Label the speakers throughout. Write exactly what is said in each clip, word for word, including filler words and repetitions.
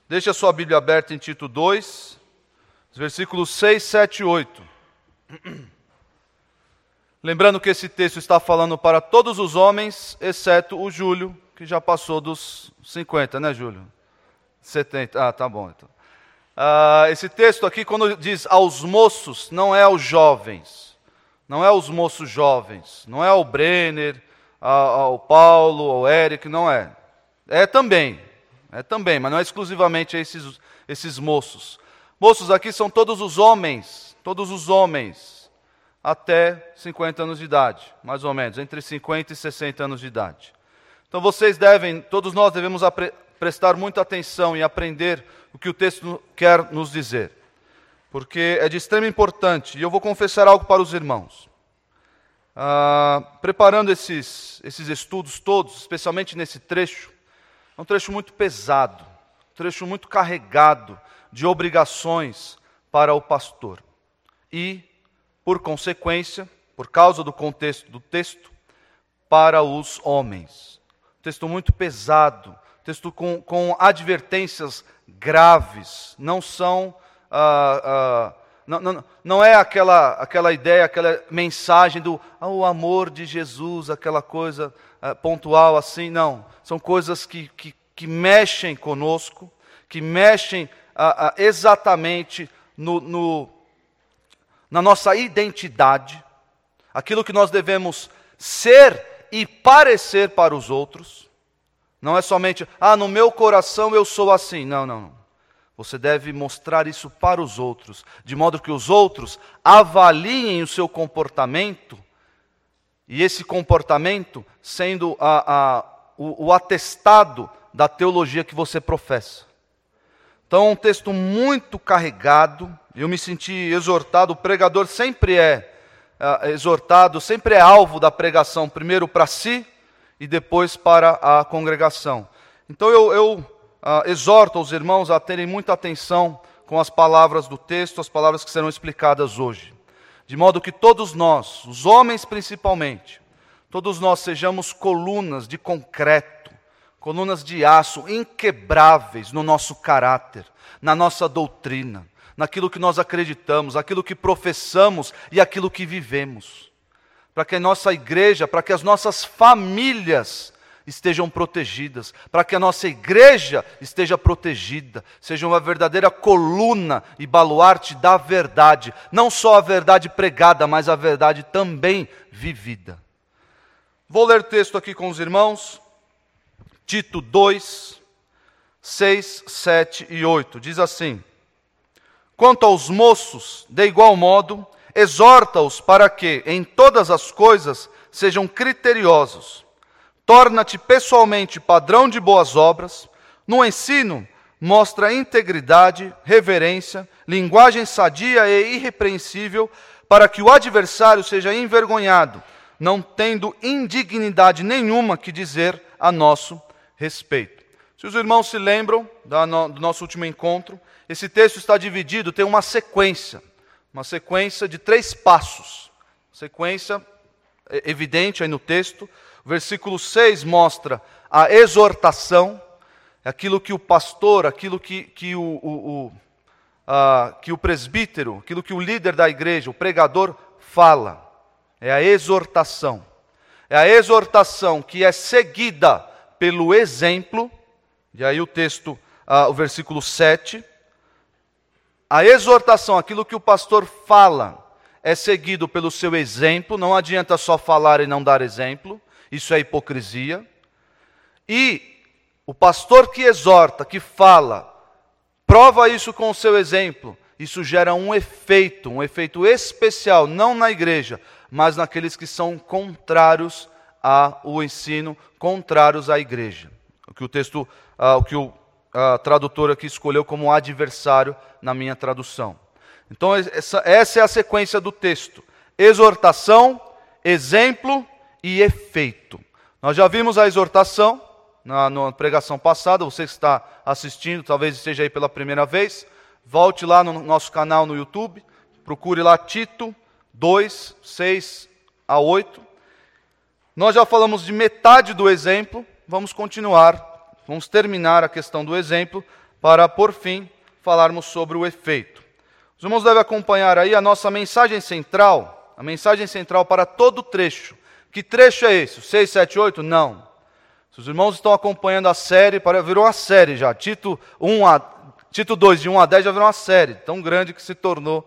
Speaker 1: Deixe a sua Bíblia aberta em Tito dois, versículos seis, sete e oito. Lembrando que esse texto está falando para todos os homens, exceto o Júlio, que já passou dos cinquenta, né, Júlio? setenta. Ah, tá bom, então. Ah, esse texto aqui, quando diz aos moços, não é aos jovens. Não é aos moços jovens. Não é ao Brenner, ao, ao Paulo, ao Eric, não é. É também. É também, mas não é exclusivamente a esses, esses moços. Moços aqui são todos os homens, todos os homens, até cinquenta anos de idade, mais ou menos, entre cinquenta e sessenta anos de idade. Então vocês devem, todos nós devemos apre- prestar muita atenção e aprender o que o texto quer nos dizer, porque é de extrema importância, e eu vou confessar algo para os irmãos. Ah, preparando esses, esses estudos todos, especialmente nesse trecho, é um trecho muito pesado, um trecho muito carregado de obrigações para o pastor. E, por consequência, por causa do contexto do texto, para os homens. Texto muito pesado, texto com, com advertências graves. Não são, ah, ah, não, não, não é aquela, aquela ideia, aquela mensagem do ah, o amor de Jesus, aquela coisa ah, pontual assim, não. São coisas que, que, que mexem conosco, que mexem ah, ah, exatamente no, no, na nossa identidade, aquilo que nós devemos ser e parecer para os outros. Não é somente, ah, no meu coração eu sou assim. Não, não, não. Você deve mostrar isso para os outros, de modo que os outros avaliem o seu comportamento, e esse comportamento sendo a, a, o, o atestado da teologia que você professa. Então é um texto muito carregado, eu me senti exortado, o pregador sempre é uh, exortado, sempre é alvo da pregação, primeiro para si e depois para a congregação. Então eu, eu uh, exorto os irmãos a terem muita atenção com as palavras do texto, as palavras que serão explicadas hoje. De modo que todos nós, os homens principalmente, todos nós sejamos colunas de concreto, colunas de aço inquebráveis no nosso caráter, na nossa doutrina, naquilo que nós acreditamos, aquilo que professamos e aquilo que vivemos. Para que a nossa igreja, para que as nossas famílias estejam protegidas, para que a nossa igreja esteja protegida, seja uma verdadeira coluna e baluarte da verdade, não só a verdade pregada, mas a verdade também vivida. Vou ler o texto aqui com os irmãos, Tito dois, seis, sete e oito, diz assim: quanto aos moços, de igual modo, exorta-os para que, em todas as coisas, sejam criteriosos. Torna-te pessoalmente padrão de boas obras. No ensino, mostra integridade, reverência, linguagem sadia e irrepreensível, para que o adversário seja envergonhado, não tendo indignidade nenhuma que dizer a nosso respeito. Se os irmãos se lembram do nosso último encontro, esse texto está dividido, tem uma sequência, uma sequência de três passos. Sequência evidente aí no texto. O versículo seis mostra a exortação, aquilo que o pastor, aquilo que, que, o, o, o, uh, que o presbítero, aquilo que o líder da igreja, o pregador, fala. É a exortação. É a exortação que é seguida pelo exemplo, e aí o texto, uh, o versículo sete, a exortação, aquilo que o pastor fala, é seguido pelo seu exemplo, não adianta só falar e não dar exemplo, isso é hipocrisia. E o pastor que exorta, que fala, prova isso com o seu exemplo, isso gera um efeito, um efeito especial, não na igreja, mas naqueles que são contrários ao ensino, contrários à igreja. O que o texto, uh, o que o uh, tradutor aqui escolheu como adversário na minha tradução. Então essa, essa é a sequência do texto: exortação, exemplo e efeito. Nós já vimos a exortação na, na pregação passada. Você que está assistindo, talvez esteja aí pela primeira vez, volte lá no nosso canal no YouTube, procure lá Tito dois, seis a oito. Nós já falamos de metade do exemplo, vamos continuar, vamos terminar a questão do exemplo para, por fim, falarmos sobre o efeito. Os irmãos devem acompanhar aí a nossa mensagem central, a mensagem central para todo o trecho. Que trecho é esse? seis, sete, oito? Não. Se os irmãos estão acompanhando a série, virou uma série já. Tito, um a, Tito dois, de um a dez, já virou uma série, tão grande que se tornou.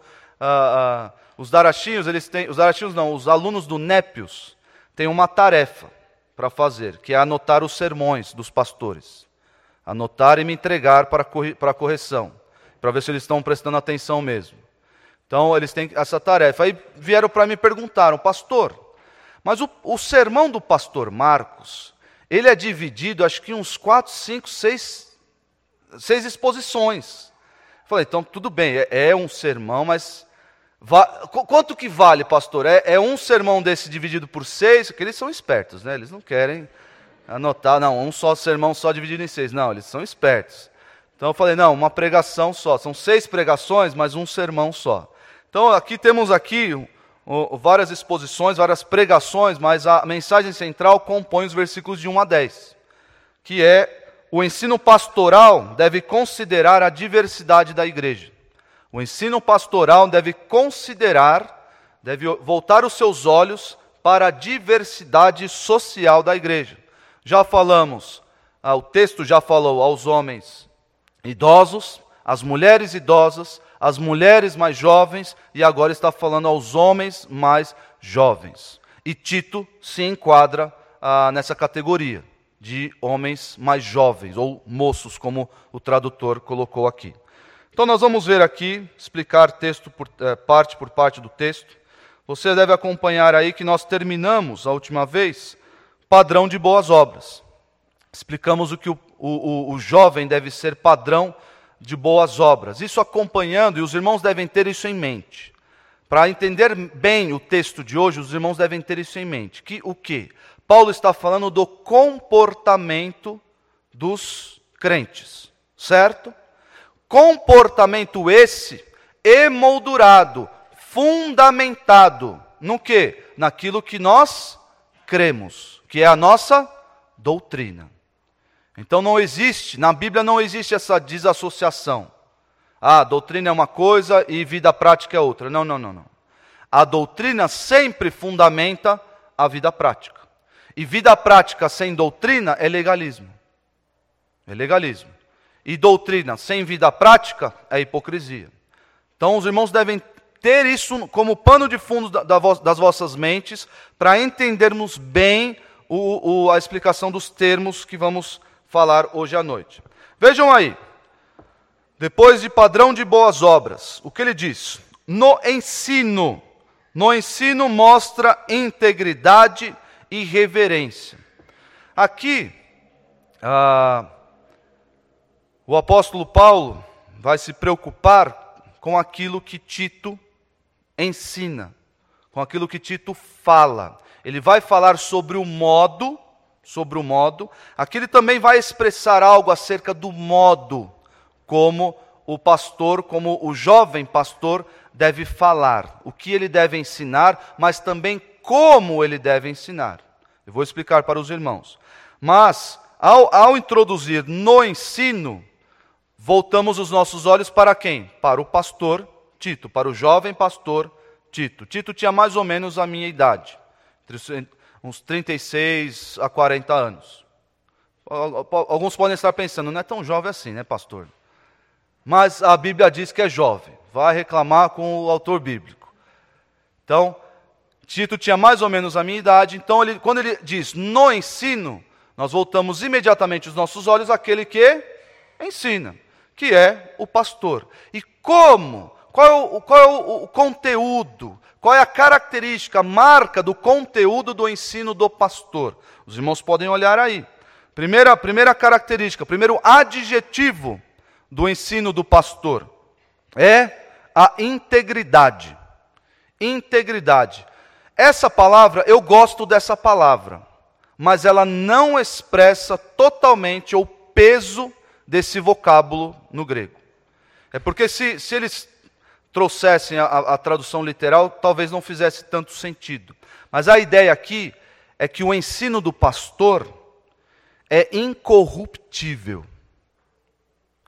Speaker 1: Uh, uh, os darachinhos, eles têm, os darachinhos não, os alunos do Népios têm uma tarefa para fazer, que é anotar os sermões dos pastores. Anotar e me entregar para a correção, para ver se eles estão prestando atenção mesmo. Então, eles têm essa tarefa. Aí vieram para mim e perguntaram, pastor, mas o, o sermão do pastor Marcos, ele é dividido, acho que em uns quatro, cinco, seis, seis exposições. Eu falei, então tudo bem, é, é um sermão, mas va- quanto que vale, pastor? É, é um sermão desse dividido por seis? Porque eles são espertos, né? Eles não querem anotar, não, um só sermão só dividido em seis. Não, eles são espertos. Então eu falei, não, uma pregação só. São seis pregações, mas um sermão só. Então aqui temos aqui o, o, várias exposições, várias pregações, mas a mensagem central compõe os versículos de um a dez, que é: o ensino pastoral deve considerar a diversidade da igreja. O ensino pastoral deve considerar, deve voltar os seus olhos para a diversidade social da igreja. Já falamos, ah, o texto já falou aos homens idosos, às mulheres idosas, às mulheres mais jovens, e agora está falando aos homens mais jovens. E Tito se enquadra ah, nessa categoria de homens mais jovens, ou moços, como o tradutor colocou aqui. Então nós vamos ver aqui, explicar texto por, eh, parte por parte do texto. Você deve acompanhar aí que nós terminamos, a última vez, padrão de boas obras. Explicamos o que o, o, o jovem deve ser padrão de boas obras. Isso acompanhando, e os irmãos devem ter isso em mente. Para entender bem o texto de hoje, os irmãos devem ter isso em mente. Que o quê? Paulo está falando do comportamento dos crentes, certo? Comportamento esse emoldurado, fundamentado no quê? Naquilo que nós cremos, que é a nossa doutrina. Então não existe, na Bíblia não existe essa desassociação. Ah, doutrina é uma coisa e vida prática é outra. Não, não, não, não. A doutrina sempre fundamenta a vida prática. E vida prática sem doutrina é legalismo. É legalismo. E doutrina sem vida prática é hipocrisia. Então os irmãos devem ter isso como pano de fundo da, da, das vossas mentes, para entendermos bem o, o, a explicação dos termos que vamos falar hoje à noite. Vejam aí, depois de padrão de boas obras, o que ele diz? No ensino, no ensino mostra integridade e reverência. Aqui, ah, o apóstolo Paulo vai se preocupar com aquilo que Tito ensina, com aquilo que Tito fala. Ele vai falar sobre o modo, sobre o modo. Aqui ele também vai expressar algo acerca do modo como o pastor, como o jovem pastor deve falar, o que ele deve ensinar, mas também como ele deve ensinar. Eu vou explicar para os irmãos. Mas, ao, ao introduzir no ensino, voltamos os nossos olhos para quem? Para o pastor Tito, para o jovem pastor Tito. Tito tinha mais ou menos a minha idade, uns trinta e seis a quarenta anos. Alguns podem estar pensando, não é tão jovem assim, né, pastor? Mas a Bíblia diz que é jovem. Vai reclamar com o autor bíblico. Então, Tito tinha mais ou menos a minha idade. Então, ele, quando ele diz no ensino, nós voltamos imediatamente os nossos olhos àquele que ensina, que é o pastor. E como? Qual é o, qual é o, o conteúdo? Qual é a característica, a marca do conteúdo do ensino do pastor? Os irmãos podem olhar aí. Primeira, primeira característica, primeiro adjetivo do ensino do pastor é a integridade. Integridade. Essa palavra, eu gosto dessa palavra, mas ela não expressa totalmente o peso desse vocábulo no grego. É porque se, se eles trouxessem a, a tradução literal, talvez não fizesse tanto sentido. Mas a ideia aqui é que o ensino do pastor é incorruptível.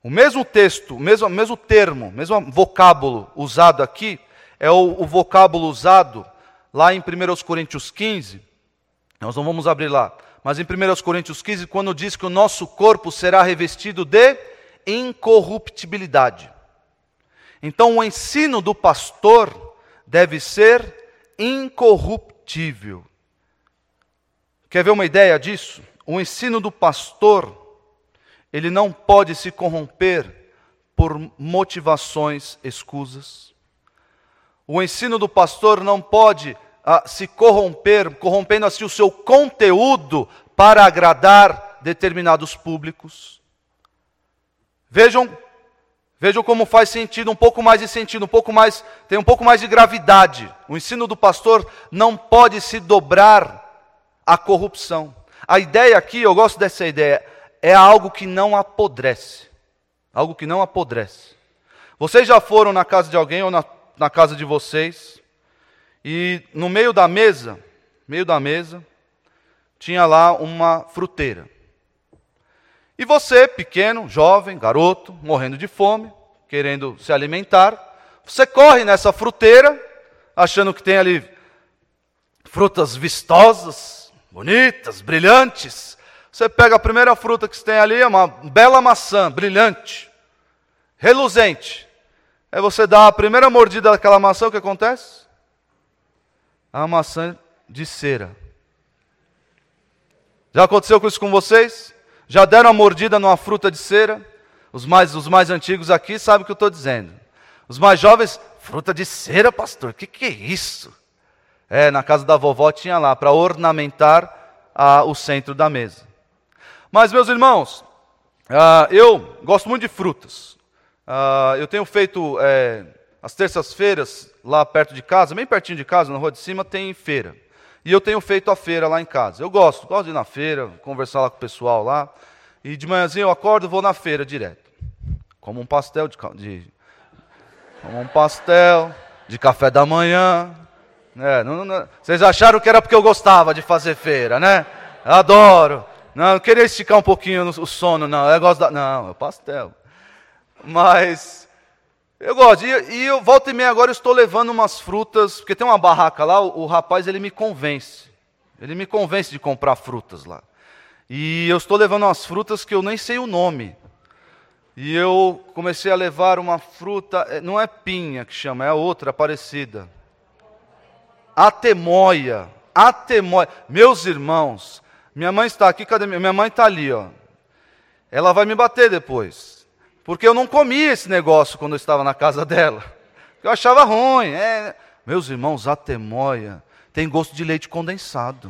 Speaker 1: O mesmo texto, o mesmo, mesmo termo, o mesmo vocábulo usado aqui, é o, o vocábulo usado lá em primeira Coríntios quinze. Nós não vamos abrir lá, mas em primeira Coríntios quinze, quando diz que o nosso corpo será revestido de incorruptibilidade. Então o ensino do pastor deve ser incorruptível. Quer ver uma ideia disso? O ensino do pastor, ele não pode se corromper por motivações escusas. O ensino do pastor não pode ah, se corromper, corrompendo assim o seu conteúdo para agradar determinados públicos. Vejam, vejam como faz sentido, um pouco mais de sentido, um pouco mais, tem um pouco mais de gravidade. O ensino do pastor não pode se dobrar à corrupção. A ideia aqui, eu gosto dessa ideia, é algo que não apodrece. Algo que não apodrece. Vocês já foram na casa de alguém ou na, na casa de vocês, e no meio da mesa, meio da mesa, tinha lá uma fruteira. E você, pequeno, jovem, garoto, morrendo de fome, querendo se alimentar, você corre nessa fruteira, achando que tem ali frutas vistosas, bonitas, brilhantes. Você pega a primeira fruta que você tem ali, é uma bela maçã, brilhante, reluzente. Aí você dá a primeira mordida daquela maçã, o que acontece? A maçã de cera. Já aconteceu com isso com vocês? Já deram a mordida numa fruta de cera? Os mais, os mais antigos aqui sabem o que eu estou dizendo. Os mais jovens, fruta de cera, pastor, o que, que é isso? É, na casa da vovó tinha lá, para ornamentar ah, o centro da mesa. Mas, meus irmãos, ah, eu gosto muito de frutas. Ah, eu tenho feito, é, as terças-feiras, lá perto de casa, bem pertinho de casa, na rua de cima, tem feira. E eu tenho feito a feira lá em casa. Eu gosto, gosto de ir na feira, conversar lá com o pessoal lá. E de manhãzinha eu acordo e vou na feira direto. Como um pastel de, de como um pastel de café da manhã. É, não, não, vocês acharam que era porque eu gostava de fazer feira, né? Eu adoro. Não, eu queria esticar um pouquinho o sono, não. Eu gosto da, não, é pastel. Mas eu gosto. E, e eu volto e meia agora eu estou levando umas frutas, porque tem uma barraca lá, o, o rapaz ele me convence. Ele me convence de comprar frutas lá. E eu estou levando umas frutas que eu nem sei o nome. E eu comecei a levar uma fruta, não é pinha que chama, é outra parecida. Atemoia, atemoia. Meus irmãos, minha mãe está aqui, cadê minha? Minha mãe está ali, ó. Ela vai me bater depois. Porque eu não comia esse negócio quando eu estava na casa dela. Eu achava ruim. É. Meus irmãos, atemoia tem gosto de leite condensado.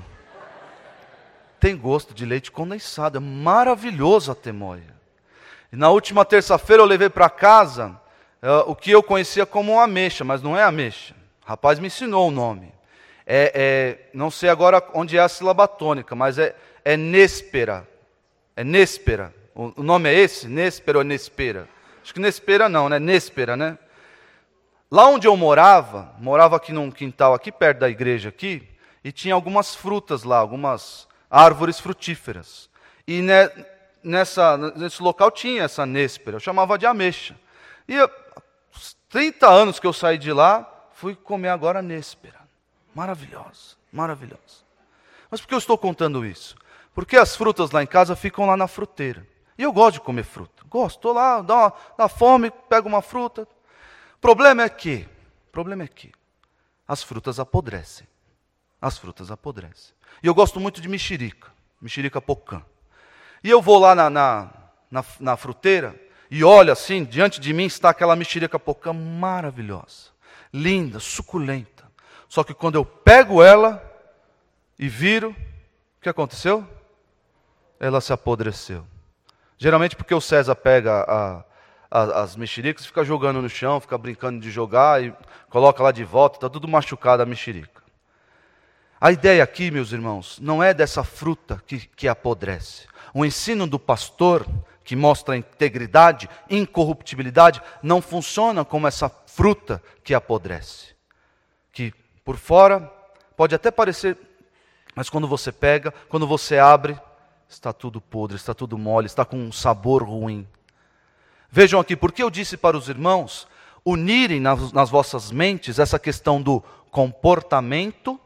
Speaker 1: Tem gosto de leite condensado. É maravilhoso a atemoia. E na última terça-feira eu levei para casa uh, o que eu conhecia como ameixa, mas não é ameixa. O rapaz me ensinou o nome. É, é, não sei agora onde é a sílaba tônica, mas é, é néspera. É néspera. O, o nome é esse? Néspera ou néspera? Acho que néspera não, né? Néspera, né? Lá onde eu morava, morava aqui num quintal aqui perto da igreja aqui, e tinha algumas frutas lá, algumas árvores frutíferas. E ne, nessa, nesse local tinha essa néspera, eu chamava de ameixa. E eu, trinta anos que eu saí de lá, fui comer agora néspera. Maravilhosa, maravilhosa. Mas por que eu estou contando isso? Porque as frutas lá em casa ficam lá na fruteira. E eu gosto de comer fruta. Gosto, estou lá, dá, uma, dá fome, pego uma fruta. O problema é que, o problema é que as frutas apodrecem. As frutas apodrecem. E eu gosto muito de mexerica, mexerica pocã. E eu vou lá na, na, na, na fruteira e olho assim, diante de mim está aquela mexerica pocã maravilhosa, linda, suculenta. Só que quando eu pego ela e viro, o que aconteceu? Ela se apodreceu. Geralmente porque o César pega a, a, as mexericas, fica jogando no chão, fica brincando de jogar e coloca lá de volta, está tudo machucado a mexerica. A ideia aqui, meus irmãos, não é dessa fruta que, que apodrece. O ensino do pastor, que mostra integridade, incorruptibilidade, não funciona como essa fruta que apodrece. Que por fora pode até parecer, mas quando você pega, quando você abre, está tudo podre, está tudo mole, está com um sabor ruim. Vejam aqui, porque eu disse para os irmãos unirem nas, nas vossas mentes essa questão do comportamento,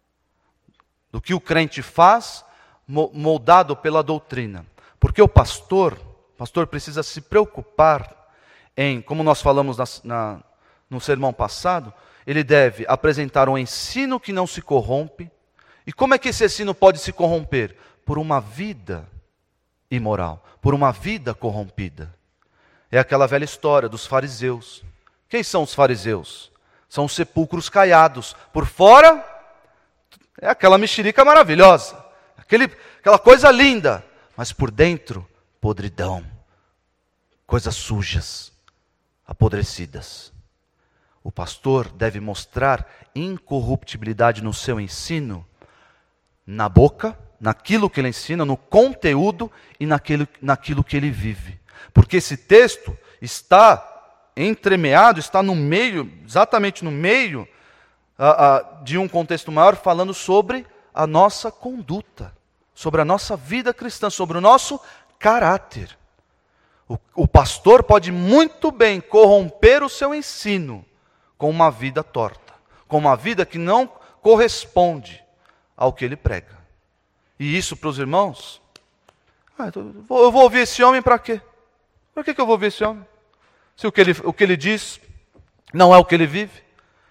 Speaker 1: do que o crente faz, moldado pela doutrina. Porque o pastor, o pastor precisa se preocupar em, como nós falamos na, na, no sermão passado, ele deve apresentar um ensino que não se corrompe. E como é que esse ensino pode se corromper? Por uma vida imoral, por uma vida corrompida. É aquela velha história dos fariseus. Quem são os fariseus? São os sepulcros caiados. Por fora, é aquela mexerica maravilhosa, aquele, aquela coisa linda, mas por dentro, podridão, coisas sujas, apodrecidas. O pastor deve mostrar incorruptibilidade no seu ensino, na boca, naquilo que ele ensina, no conteúdo e naquilo, naquilo que ele vive. Porque esse texto está entremeado, está no meio, exatamente no meio uh, uh, de um contexto maior, falando sobre a nossa conduta, sobre a nossa vida cristã, sobre o nosso caráter. O, o pastor pode muito bem corromper o seu ensino com uma vida torta, com uma vida que não corresponde ao que ele prega. E isso para os irmãos, ah, eu vou ouvir esse homem para quê? Para que, que eu vou ouvir esse homem? Se o que, ele, o que ele diz não é o que ele vive.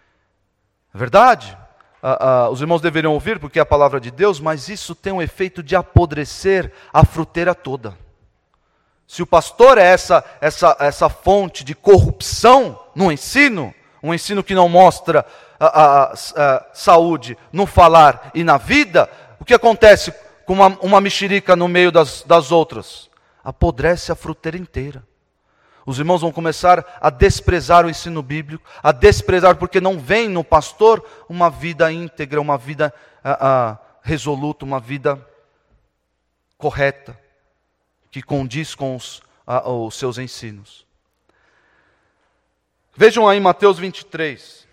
Speaker 1: É verdade, ah, ah, os irmãos deveriam ouvir porque é a palavra de Deus, mas isso tem um efeito de apodrecer a fruteira toda. Se o pastor é essa, essa, essa fonte de corrupção no ensino, um ensino que não mostra a, a, a saúde no falar e na vida, o que acontece com uma, uma mexerica no meio das, das outras? Apodrece a fruteira inteira. Os irmãos vão começar a desprezar o ensino bíblico, a desprezar porque não vem no pastor uma vida íntegra, uma vida a, a, resoluta, uma vida correta, que condiz com os, a, os seus ensinos. Vejam aí Mateus vinte e três.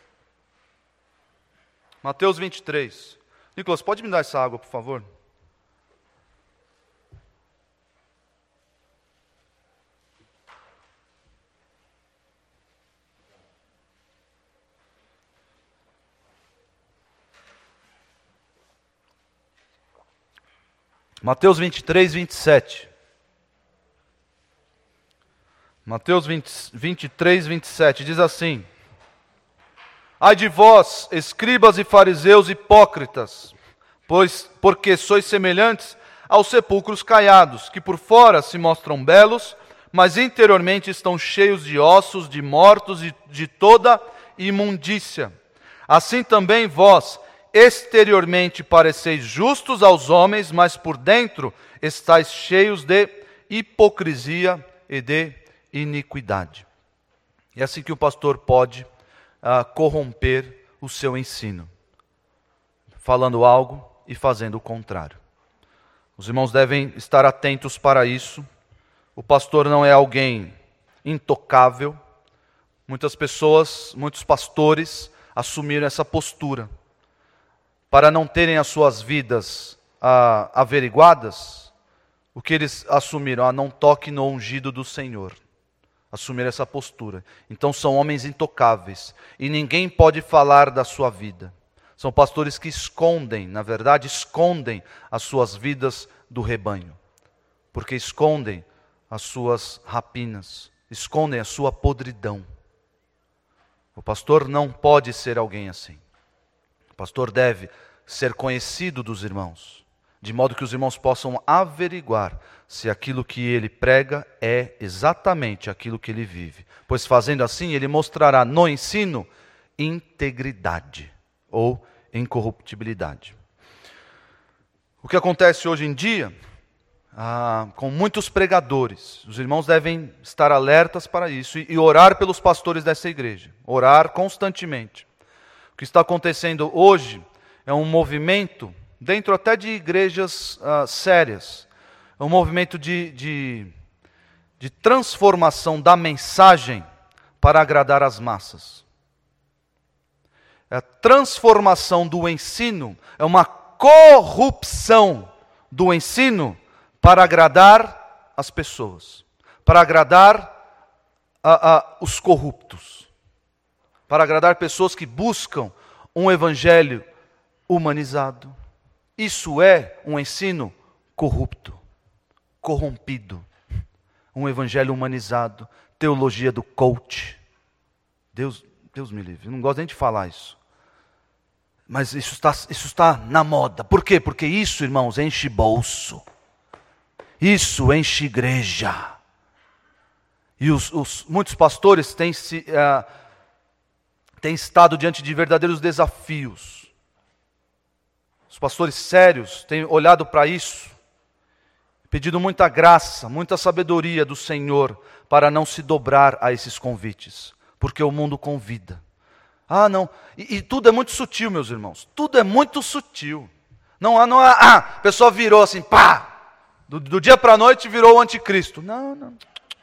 Speaker 1: Mateus vinte e três. Nicolas, pode me dar essa água, por favor? Mateus vinte e três, vinte e sete. Mateus vinte e três, vinte e sete, diz assim: ai de vós, escribas e fariseus hipócritas, pois porque sois semelhantes aos sepulcros caiados, que por fora se mostram belos, mas interiormente estão cheios de ossos, de mortos e de toda imundícia. Assim também vós, exteriormente pareceis justos aos homens, mas por dentro estáis cheios de hipocrisia e de iniquidade. É assim que o pastor pode uh, corromper o seu ensino, falando algo e fazendo o contrário. Os irmãos devem estar atentos para isso. O pastor não é alguém intocável. Muitas pessoas, muitos pastores assumiram essa postura. Para não terem as suas vidas ah, averiguadas, o que eles assumiram? Ah, não toque no ungido do Senhor. Assumiram essa postura. Então são homens intocáveis. E ninguém pode falar da sua vida. São pastores que escondem, na verdade, escondem as suas vidas do rebanho. Porque escondem as suas rapinas. Escondem a sua podridão. O pastor não pode ser alguém assim. O pastor deve ser conhecido dos irmãos, de modo que os irmãos possam averiguar se aquilo que ele prega é exatamente aquilo que ele vive. Pois fazendo assim, ele mostrará no ensino integridade ou incorruptibilidade. O que acontece hoje em dia, ah, com muitos pregadores, os irmãos devem estar alertas para isso e, e orar pelos pastores dessa igreja, orar constantemente. O que está acontecendo hoje é um movimento, dentro até de igrejas uh, sérias, é um movimento de, de, de transformação da mensagem para agradar as massas. A transformação do ensino é uma corrupção do ensino para agradar as pessoas, para agradar a, a, os corruptos, para agradar pessoas que buscam um evangelho humanizado. Isso é um ensino corrupto, corrompido. Um evangelho humanizado, teologia do coach. Deus, Deus me livre, eu não gosto nem de falar isso. Mas isso está, isso está na moda. Por quê? Porque isso, irmãos, enche bolso. Isso enche igreja. E os, os, muitos pastores têm, se, uh, têm estado diante de verdadeiros desafios. Os pastores sérios têm olhado para isso, pedido muita graça, muita sabedoria do Senhor para não se dobrar a esses convites, porque o mundo convida. Ah, não, e, e tudo é muito sutil, meus irmãos, tudo é muito sutil. Não há, não há, ah, a pessoa virou assim, pá, do, do dia para a noite virou o anticristo. Não, não.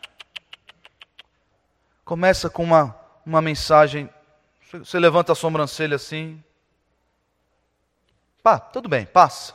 Speaker 1: Começa com uma, uma mensagem, você levanta a sobrancelha assim, pá, tudo bem, passa.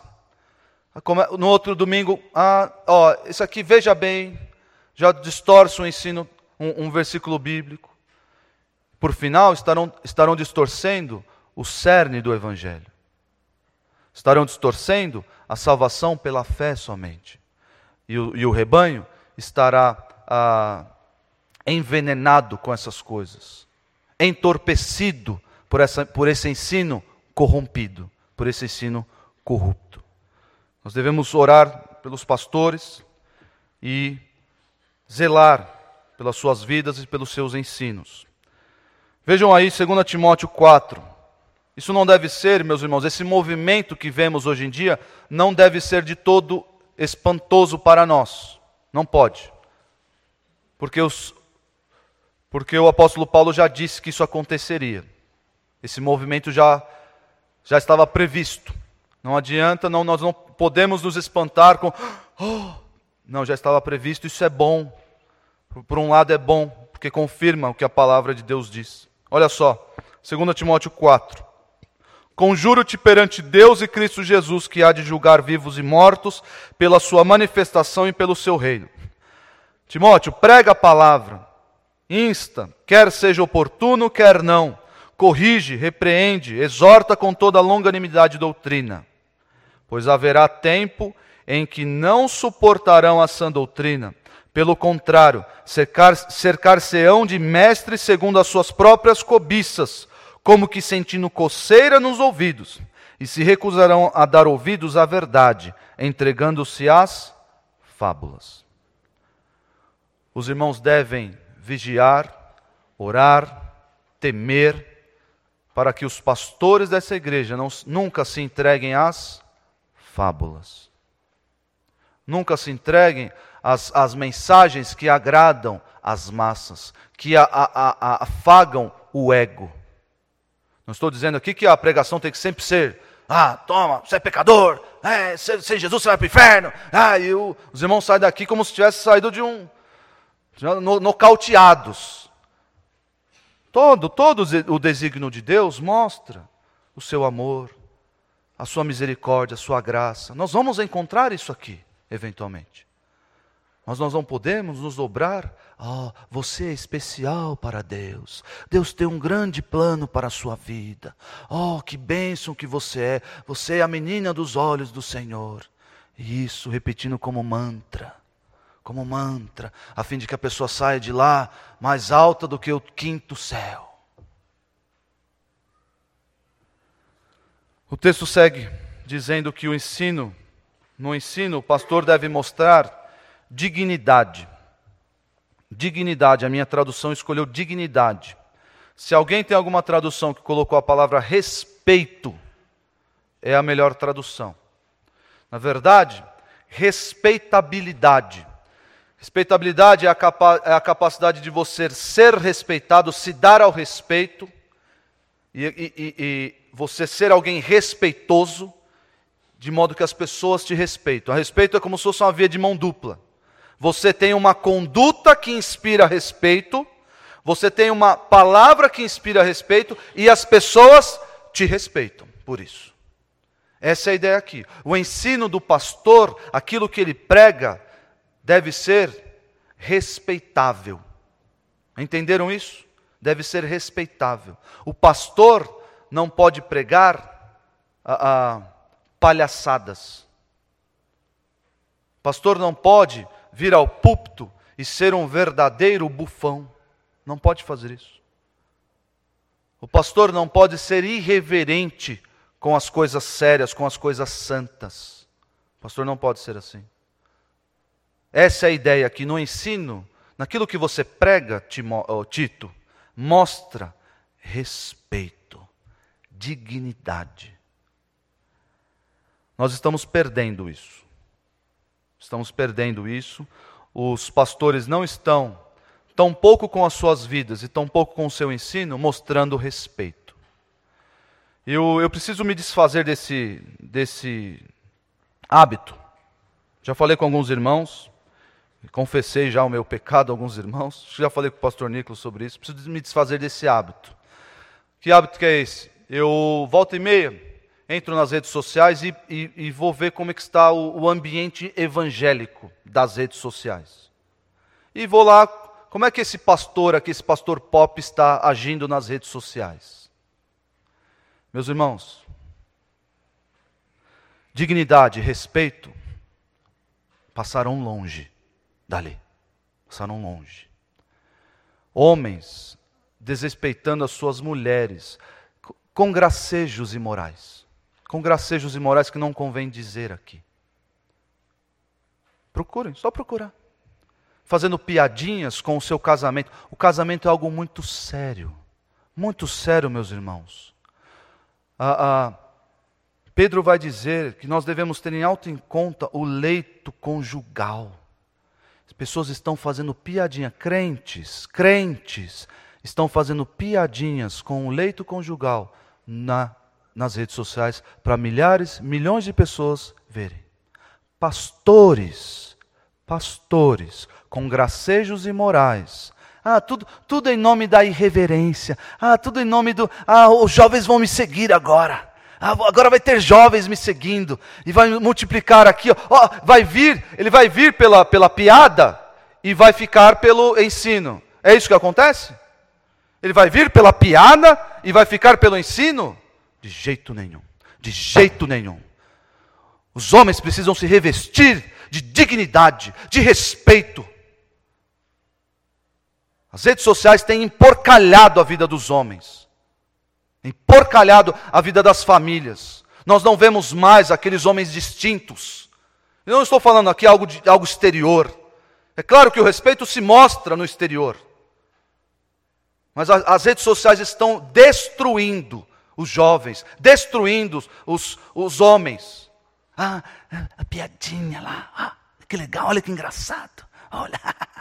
Speaker 1: No outro domingo, ah, ó, isso aqui, veja bem, já distorce o ensino, um, um versículo bíblico. Por final, estarão, estarão distorcendo o cerne do Evangelho. Estarão distorcendo a salvação pela fé somente. E o, e o rebanho estará ah, envenenado com essas coisas, entorpecido por, essa, por esse ensino corrompido, por esse ensino corrupto. Nós devemos orar pelos pastores e zelar pelas suas vidas e pelos seus ensinos. Vejam aí, dois Timóteo quatro. Isso não deve ser, meus irmãos, esse movimento que vemos hoje em dia, não deve ser de todo espantoso para nós. Não pode. Porque, os, porque o apóstolo Paulo já disse que isso aconteceria. Esse movimento já, já estava previsto. Não adianta, não, nós não podemos nos espantar com... Oh, não, já estava previsto, isso é bom. Por um lado é bom, porque confirma o que a palavra de Deus diz. Olha só, dois Timóteo quatro. Conjuro-te perante Deus e Cristo Jesus, que há de julgar vivos e mortos, pela sua manifestação e pelo seu reino. Timóteo, prega a palavra, insta, quer seja oportuno, quer não. Corrige, repreende, exorta com toda longanimidade e doutrina. Pois haverá tempo em que não suportarão a sã doutrina. Pelo contrário, cercar, cercar-se-ão de mestres segundo as suas próprias cobiças, como que sentindo coceira nos ouvidos, e se recusarão a dar ouvidos à verdade, entregando-se às fábulas. Os irmãos devem vigiar, orar, temer, para que os pastores dessa igreja não, nunca se entreguem às fábulas. Nunca se entreguem às, às mensagens que agradam as massas, que a, a, a, afagam o ego. Não estou dizendo aqui que a pregação tem que sempre ser, ah, toma, você é pecador, é, sem, sem Jesus você vai para o inferno. Ah, e o, os irmãos saem daqui como se tivessem saído de um, no, nocauteados. Todo, todo o desígnio de Deus mostra o seu amor, a sua misericórdia, a sua graça. Nós vamos encontrar isso aqui, eventualmente. Mas nós não podemos nos dobrar. Ah, oh, você é especial para Deus. Deus tem um grande plano para a sua vida. Oh, que bênção que você é. Você é a menina dos olhos do Senhor. E isso repetindo como mantra. Como mantra. A fim de que a pessoa saia de lá mais alta do que o quinto céu. O texto segue dizendo que o ensino, no ensino, o pastor deve mostrar dignidade. Dignidade, a minha tradução escolheu dignidade. Se alguém tem alguma tradução que colocou a palavra respeito, é a melhor tradução. Na verdade, respeitabilidade. Respeitabilidade é a, capa- é a capacidade de você ser respeitado, se dar ao respeito, e, e, e, e você ser alguém respeitoso, de modo que as pessoas te respeitam. A respeito é como se fosse uma via de mão dupla. Você tem uma conduta que inspira respeito, você tem uma palavra que inspira respeito, e as pessoas te respeitam por isso. Essa é a ideia aqui. O ensino do pastor, aquilo que ele prega, deve ser respeitável. Entenderam isso? Deve ser respeitável. O pastor não pode pregar a, a palhaçadas. O pastor não pode vir ao púlpito e ser um verdadeiro bufão. Não pode fazer isso. O pastor não pode ser irreverente com as coisas sérias, com as coisas santas. O pastor não pode ser assim. Essa é a ideia aqui no ensino, naquilo que você prega, Tito, mostra respeito, dignidade. Nós estamos perdendo isso. Estamos perdendo isso. Os pastores não estão, tão pouco com as suas vidas e tão pouco com o seu ensino, mostrando respeito. Eu, eu preciso me desfazer desse, desse hábito. Já falei com alguns irmãos, confessei já o meu pecado a alguns irmãos, já falei com o pastor Nicolas sobre isso, preciso me desfazer desse hábito. Que hábito que é esse? Eu, volta e meia, entro nas redes sociais e, e, e vou ver como é que está o, o ambiente evangélico das redes sociais. E vou lá, como é que esse pastor aqui, esse pastor pop está agindo nas redes sociais? Meus irmãos, dignidade e respeito passaram longe dali. Passaram longe. Homens desrespeitando as suas mulheres, com gracejos imorais. Com gracejos imorais que não convém dizer aqui. Procurem, só procurar. Fazendo piadinhas com o seu casamento. O casamento é algo muito sério. Muito sério, meus irmãos. Ah, ah, Pedro vai dizer que nós devemos ter em alto em conta o leito conjugal. As pessoas estão fazendo piadinha, crentes, crentes, estão fazendo piadinhas com o leito conjugal na, nas redes sociais para milhares, milhões de pessoas verem. Pastores, pastores, com gracejos imorais. Ah, tudo, tudo em nome da irreverência. Ah, tudo em nome do... Ah, os jovens vão me seguir agora. Ah, agora vai ter jovens me seguindo. E vai multiplicar aqui. Ó, ó, vai vir, ele vai vir pela, pela piada e vai ficar pelo ensino. É isso que acontece? Ele vai vir pela piada e vai ficar pelo ensino? De jeito nenhum. De jeito nenhum. Os homens precisam se revestir de dignidade, de respeito. As redes sociais têm emporcalhado a vida dos homens. Emporcalhado a vida das famílias. Nós não vemos mais aqueles homens distintos. Eu não estou falando aqui algo, de, algo exterior. É claro que o respeito se mostra no exterior. Mas a, as redes sociais estão destruindo os jovens, destruindo os, os homens. Ah, a piadinha lá. Ah, que legal, olha que engraçado. Olha.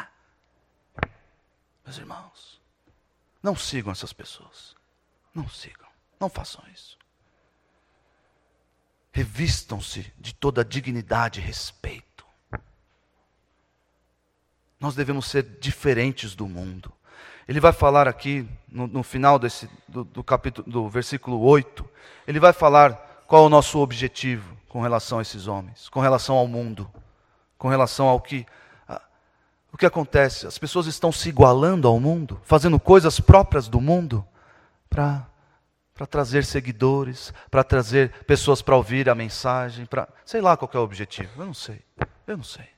Speaker 1: Meus irmãos, não sigam essas pessoas. Não sigam, não façam isso. Revistam-se de toda dignidade e respeito. Nós devemos ser diferentes do mundo. Ele vai falar aqui, no, no final desse, do, do, capítulo, do versículo oito, ele vai falar qual é o nosso objetivo com relação a esses homens, com relação ao mundo, com relação ao que... O que acontece? As pessoas estão se igualando ao mundo, fazendo coisas próprias do mundo, para para trazer seguidores, para trazer pessoas para ouvir a mensagem, para sei lá qual é o objetivo. Eu não sei, eu não sei.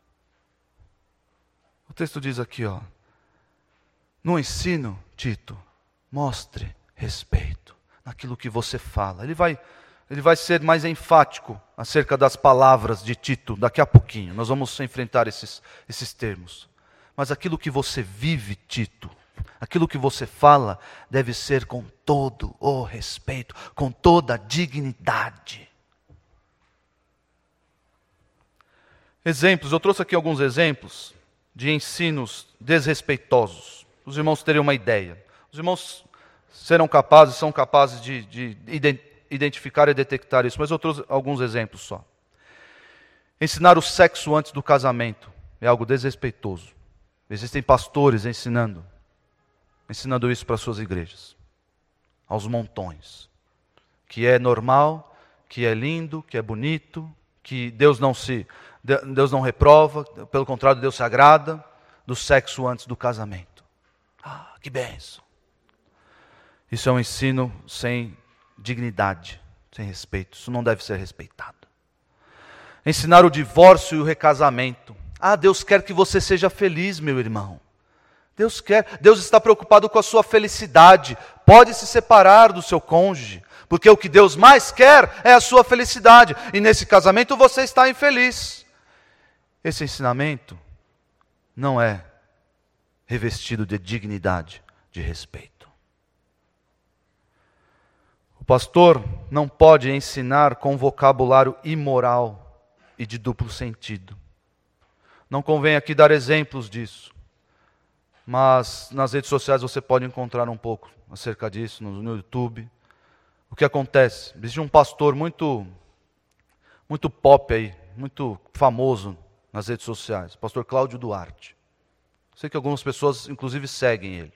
Speaker 1: O texto diz aqui, ó, no ensino, Tito, mostre respeito naquilo que você fala. Ele vai, ele vai ser mais enfático acerca das palavras de Tito daqui a pouquinho. Nós vamos enfrentar esses, esses termos. Mas aquilo que você vive, Tito, aquilo que você fala deve ser com todo o respeito, com toda a dignidade. Exemplos, eu trouxe aqui alguns exemplos de ensinos desrespeitosos. Os irmãos terem uma ideia. Os irmãos serão capazes, são capazes de, de identificar e detectar isso, mas eu trouxe alguns exemplos só. Ensinar o sexo antes do casamento é algo desrespeitoso. Existem pastores ensinando, ensinando isso para suas igrejas, aos montões, que é normal, que é lindo, que é bonito, que Deus não se, Deus não reprova, pelo contrário, Deus se agrada do sexo antes do casamento. Ah, que benção. Isso é um ensino sem dignidade, sem respeito. Isso não deve ser respeitado. Ensinar o divórcio e o recasamento. Ah, Deus quer que você seja feliz, meu irmão. Deus quer, Deus está preocupado com a sua felicidade. Pode se separar do seu cônjuge, porque o que Deus mais quer é a sua felicidade. E nesse casamento você está infeliz. Esse ensinamento não é revestido de dignidade, de respeito. O pastor não pode ensinar com vocabulário imoral e de duplo sentido. Não convém aqui dar exemplos disso, mas nas redes sociais você pode encontrar um pouco acerca disso, no, no YouTube. O que acontece? Existe um pastor muito, muito pop aí, muito famoso nas redes sociais, o pastor Cláudio Duarte. Sei que algumas pessoas, inclusive, seguem ele.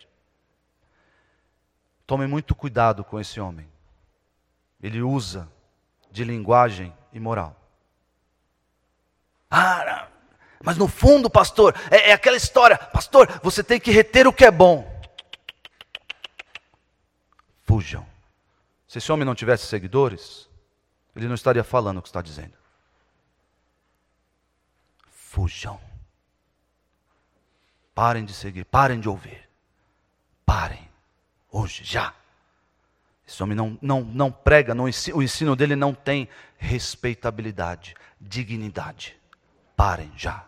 Speaker 1: Tomem muito cuidado com esse homem. Ele usa de linguagem imoral. Ah, mas no fundo, pastor, é, é aquela história. Pastor, você tem que reter o que é bom. Fujam. Se esse homem não tivesse seguidores, ele não estaria falando o que está dizendo. Fujam. Parem de seguir, parem de ouvir. Parem. Hoje, já. Esse homem não, não, não prega, não ensina, o ensino dele não tem respeitabilidade, dignidade. Parem já.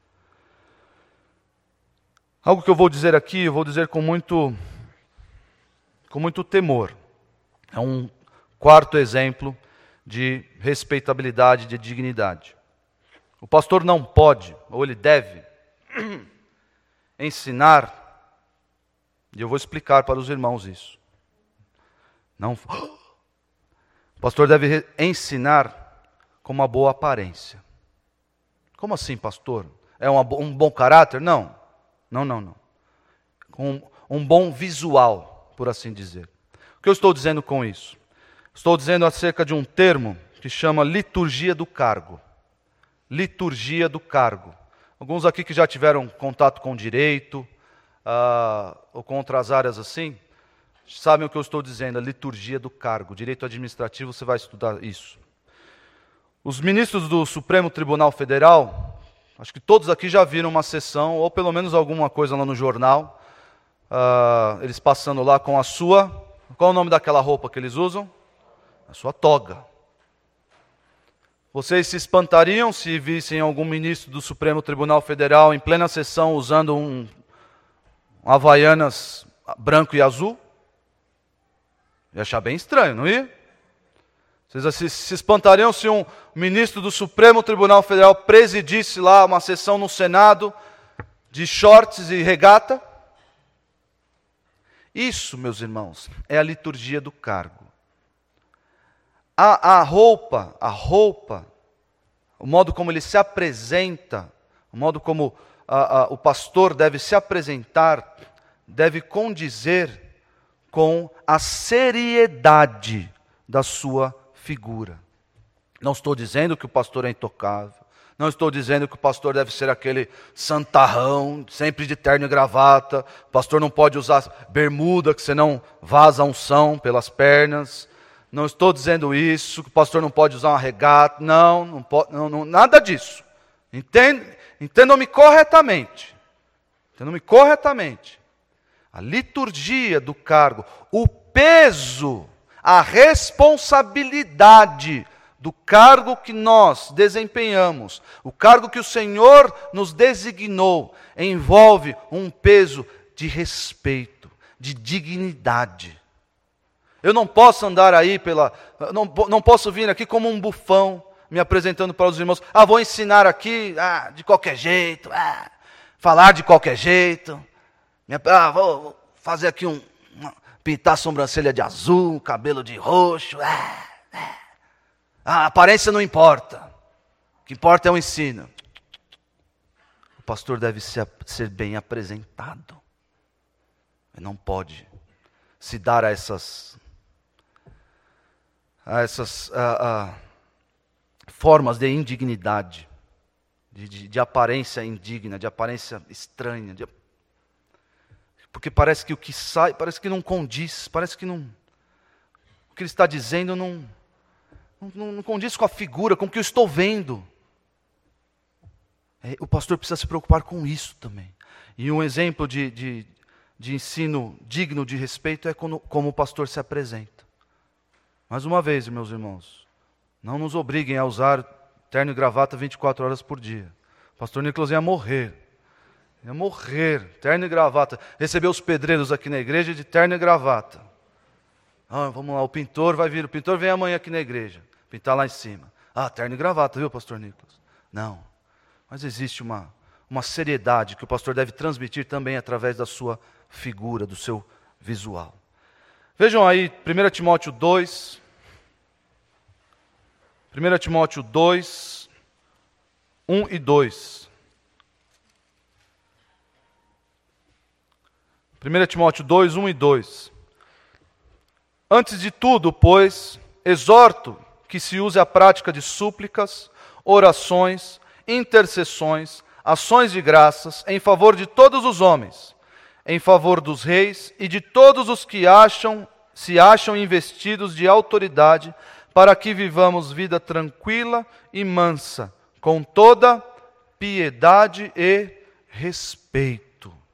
Speaker 1: Algo que eu vou dizer aqui, eu vou dizer com muito, com muito temor. É um quarto exemplo de respeitabilidade, de dignidade. O pastor não pode, ou ele deve, ensinar, e eu vou explicar para os irmãos isso. Não, o pastor deve ensinar com uma boa aparência. Como assim, pastor? É uma, um bom caráter? Não, não, não, não. Com um bom visual, por assim dizer. O que eu estou dizendo com isso? Estou dizendo acerca de um termo que chama liturgia do cargo. Liturgia do cargo. Alguns aqui que já tiveram contato com direito, uh, ou com outras áreas assim, sabem o que eu estou dizendo, a liturgia do cargo. Direito administrativo, você vai estudar isso. Os ministros do Supremo Tribunal Federal, acho que todos aqui já viram uma sessão, ou pelo menos alguma coisa lá no jornal, uh, eles passando lá com a sua, qual é o nome daquela roupa que eles usam? A sua toga. Vocês se espantariam se vissem algum ministro do Supremo Tribunal Federal em plena sessão usando um, um Havaianas branco e azul? Ia achar bem estranho, não ia? Vocês se, se espantariam se um ministro do Supremo Tribunal Federal presidisse lá uma sessão no Senado de shorts e regata? Isso, meus irmãos, é a liturgia do cargo. A, a roupa, a roupa, o modo como ele se apresenta, o modo como a, a, o pastor deve se apresentar, deve condizer com a seriedade da sua figura. Não estou dizendo que o pastor é intocável, não estou dizendo que o pastor deve ser aquele santarrão, sempre de terno e gravata, o pastor não pode usar bermuda, que senão vaza a unção pelas pernas, não estou dizendo isso, que o pastor não pode usar uma regata, não, não, pode, não, não nada disso. Entend, entendam-me corretamente, entendam-me corretamente. A liturgia do cargo, o peso, a responsabilidade do cargo que nós desempenhamos, o cargo que o Senhor nos designou, envolve um peso de respeito, de dignidade. Eu não posso andar aí pela, não, não posso vir aqui como um bufão, me apresentando para os irmãos, ah, vou ensinar aqui, ah, de qualquer jeito, ah, falar de qualquer jeito, ah, vou fazer aqui um, uma, pintar a sobrancelha de azul, cabelo de roxo, ah, ah. A aparência não importa, o que importa é o ensino. O pastor deve ser, ser bem apresentado, ele não pode se dar a essas, a essas a, a, formas de indignidade, de, de, de aparência indigna, de aparência estranha. De... Porque parece que o que sai, parece que não condiz, parece que não... O que ele está dizendo não, não, não condiz com a figura, com o que eu estou vendo. É, o pastor precisa se preocupar com isso também. E um exemplo de, de, de ensino digno de respeito é como, como o pastor se apresenta. Mais uma vez, meus irmãos, não nos obriguem a usar terno e gravata vinte e quatro horas por dia. O pastor Nicolas ia morrer. Ia morrer, terno e gravata. Recebeu os pedreiros aqui na igreja de terno e gravata. Ah, vamos lá, o pintor vai vir, o pintor vem amanhã aqui na igreja, pintar lá em cima. Ah, terno e gravata, viu, pastor Nicolas? Não, mas existe uma, uma seriedade que o pastor deve transmitir também através da sua figura, do seu visual. Vejam aí, primeiro Timóteo dois. primeiro Timóteo dois, um e dois. primeiro Timóteo dois, um e dois. Antes de tudo, pois, exorto que se use a prática de súplicas, orações, intercessões, ações de graças em favor de todos os homens, em favor dos reis e de todos os que acham, se acham investidos de autoridade, para que vivamos vida tranquila e mansa, com toda piedade e respeito.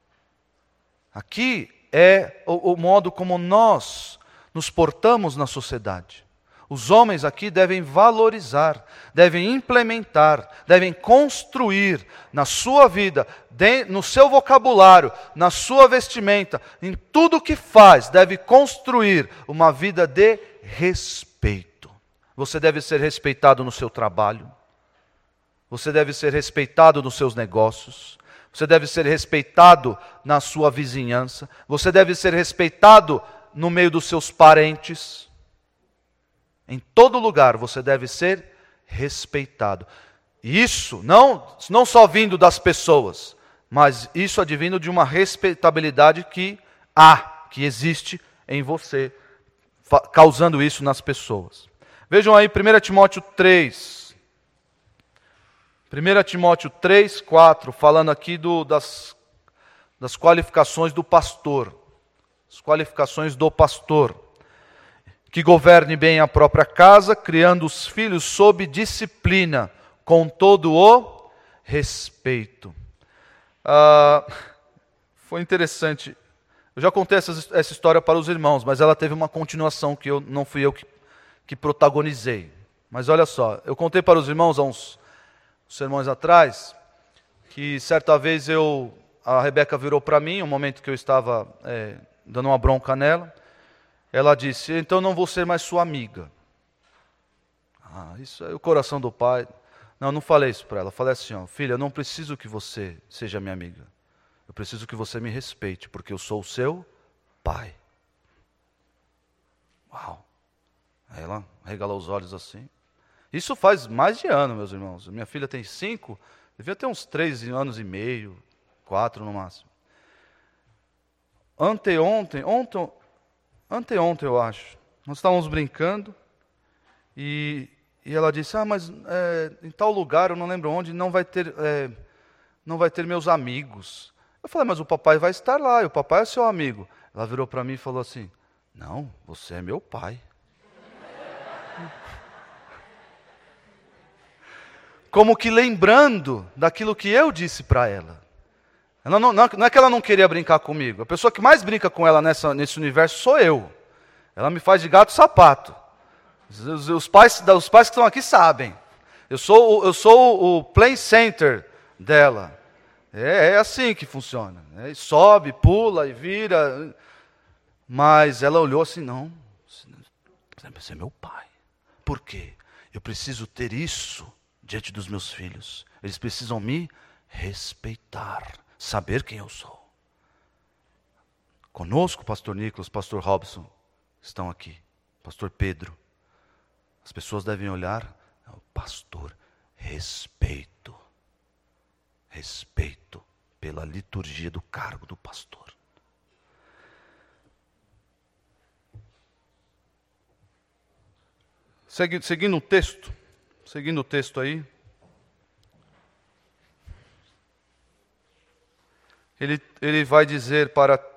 Speaker 1: Aqui é o, o modo como nós nos portamos na sociedade. Os homens aqui devem valorizar, devem implementar, devem construir na sua vida, de, no seu vocabulário, na sua vestimenta, em tudo o que faz, deve construir uma vida de respeito. Você deve ser respeitado no seu trabalho, você deve ser respeitado nos seus negócios, você deve ser respeitado na sua vizinhança, você deve ser respeitado no meio dos seus parentes. Em todo lugar você deve ser respeitado. E isso não, não só vindo das pessoas, mas isso advindo de uma respeitabilidade que há, que existe em você, causando isso nas pessoas. Vejam aí primeiro Timóteo três. primeiro Timóteo três, quatro, falando aqui do, das, das qualificações do pastor. As qualificações do pastor. Que governe bem a própria casa, criando os filhos sob disciplina, com todo o respeito. Ah, foi interessante. Eu já contei essa, essa história para os irmãos, mas ela teve uma continuação que eu, não fui eu que, que protagonizei. Mas olha só, eu contei para os irmãos há uns sermões atrás, que certa vez eu, a Rebeca virou para mim, um momento que eu estava é, dando uma bronca nela, ela disse, então não vou ser mais sua amiga. Ah, isso é o coração do pai. Não, eu não falei isso para ela, eu falei assim, ó, filha, eu não preciso que você seja minha amiga, eu preciso que você me respeite, porque eu sou o seu pai. Uau! Aí ela regalou os olhos assim. Isso faz mais de ano, meus irmãos. Minha filha tem cinco, devia ter uns três anos e meio, quatro no máximo. Anteontem, ontem, anteontem eu acho, nós estávamos brincando e, e ela disse, ah, mas é, em tal lugar, eu não lembro onde, não vai ter, é, não vai ter meus amigos. Eu falei, mas o papai vai estar lá, e o papai é seu amigo. Ela virou para mim e falou assim, não, você é meu pai. Como que lembrando daquilo que eu disse para ela. Ela não, não, não é que ela não queria brincar comigo. A pessoa que mais brinca com ela nessa, nesse universo sou eu. Ela me faz de gato sapato. Os, os, pais, os pais que estão aqui sabem. Eu sou, eu sou o play center dela. É, é assim que funciona. Né? Sobe, pula e vira. Mas ela olhou assim, não, você é meu pai. Por quê? Eu preciso ter isso diante dos meus filhos. Eles precisam me respeitar, saber quem eu sou. Conosco, pastor Nicolas, pastor Robson, estão aqui. Pastor Pedro. As pessoas devem olhar, o pastor, respeito. Respeito pela liturgia do cargo do pastor. Segui, seguindo o texto, seguindo o texto aí, ele, ele vai dizer para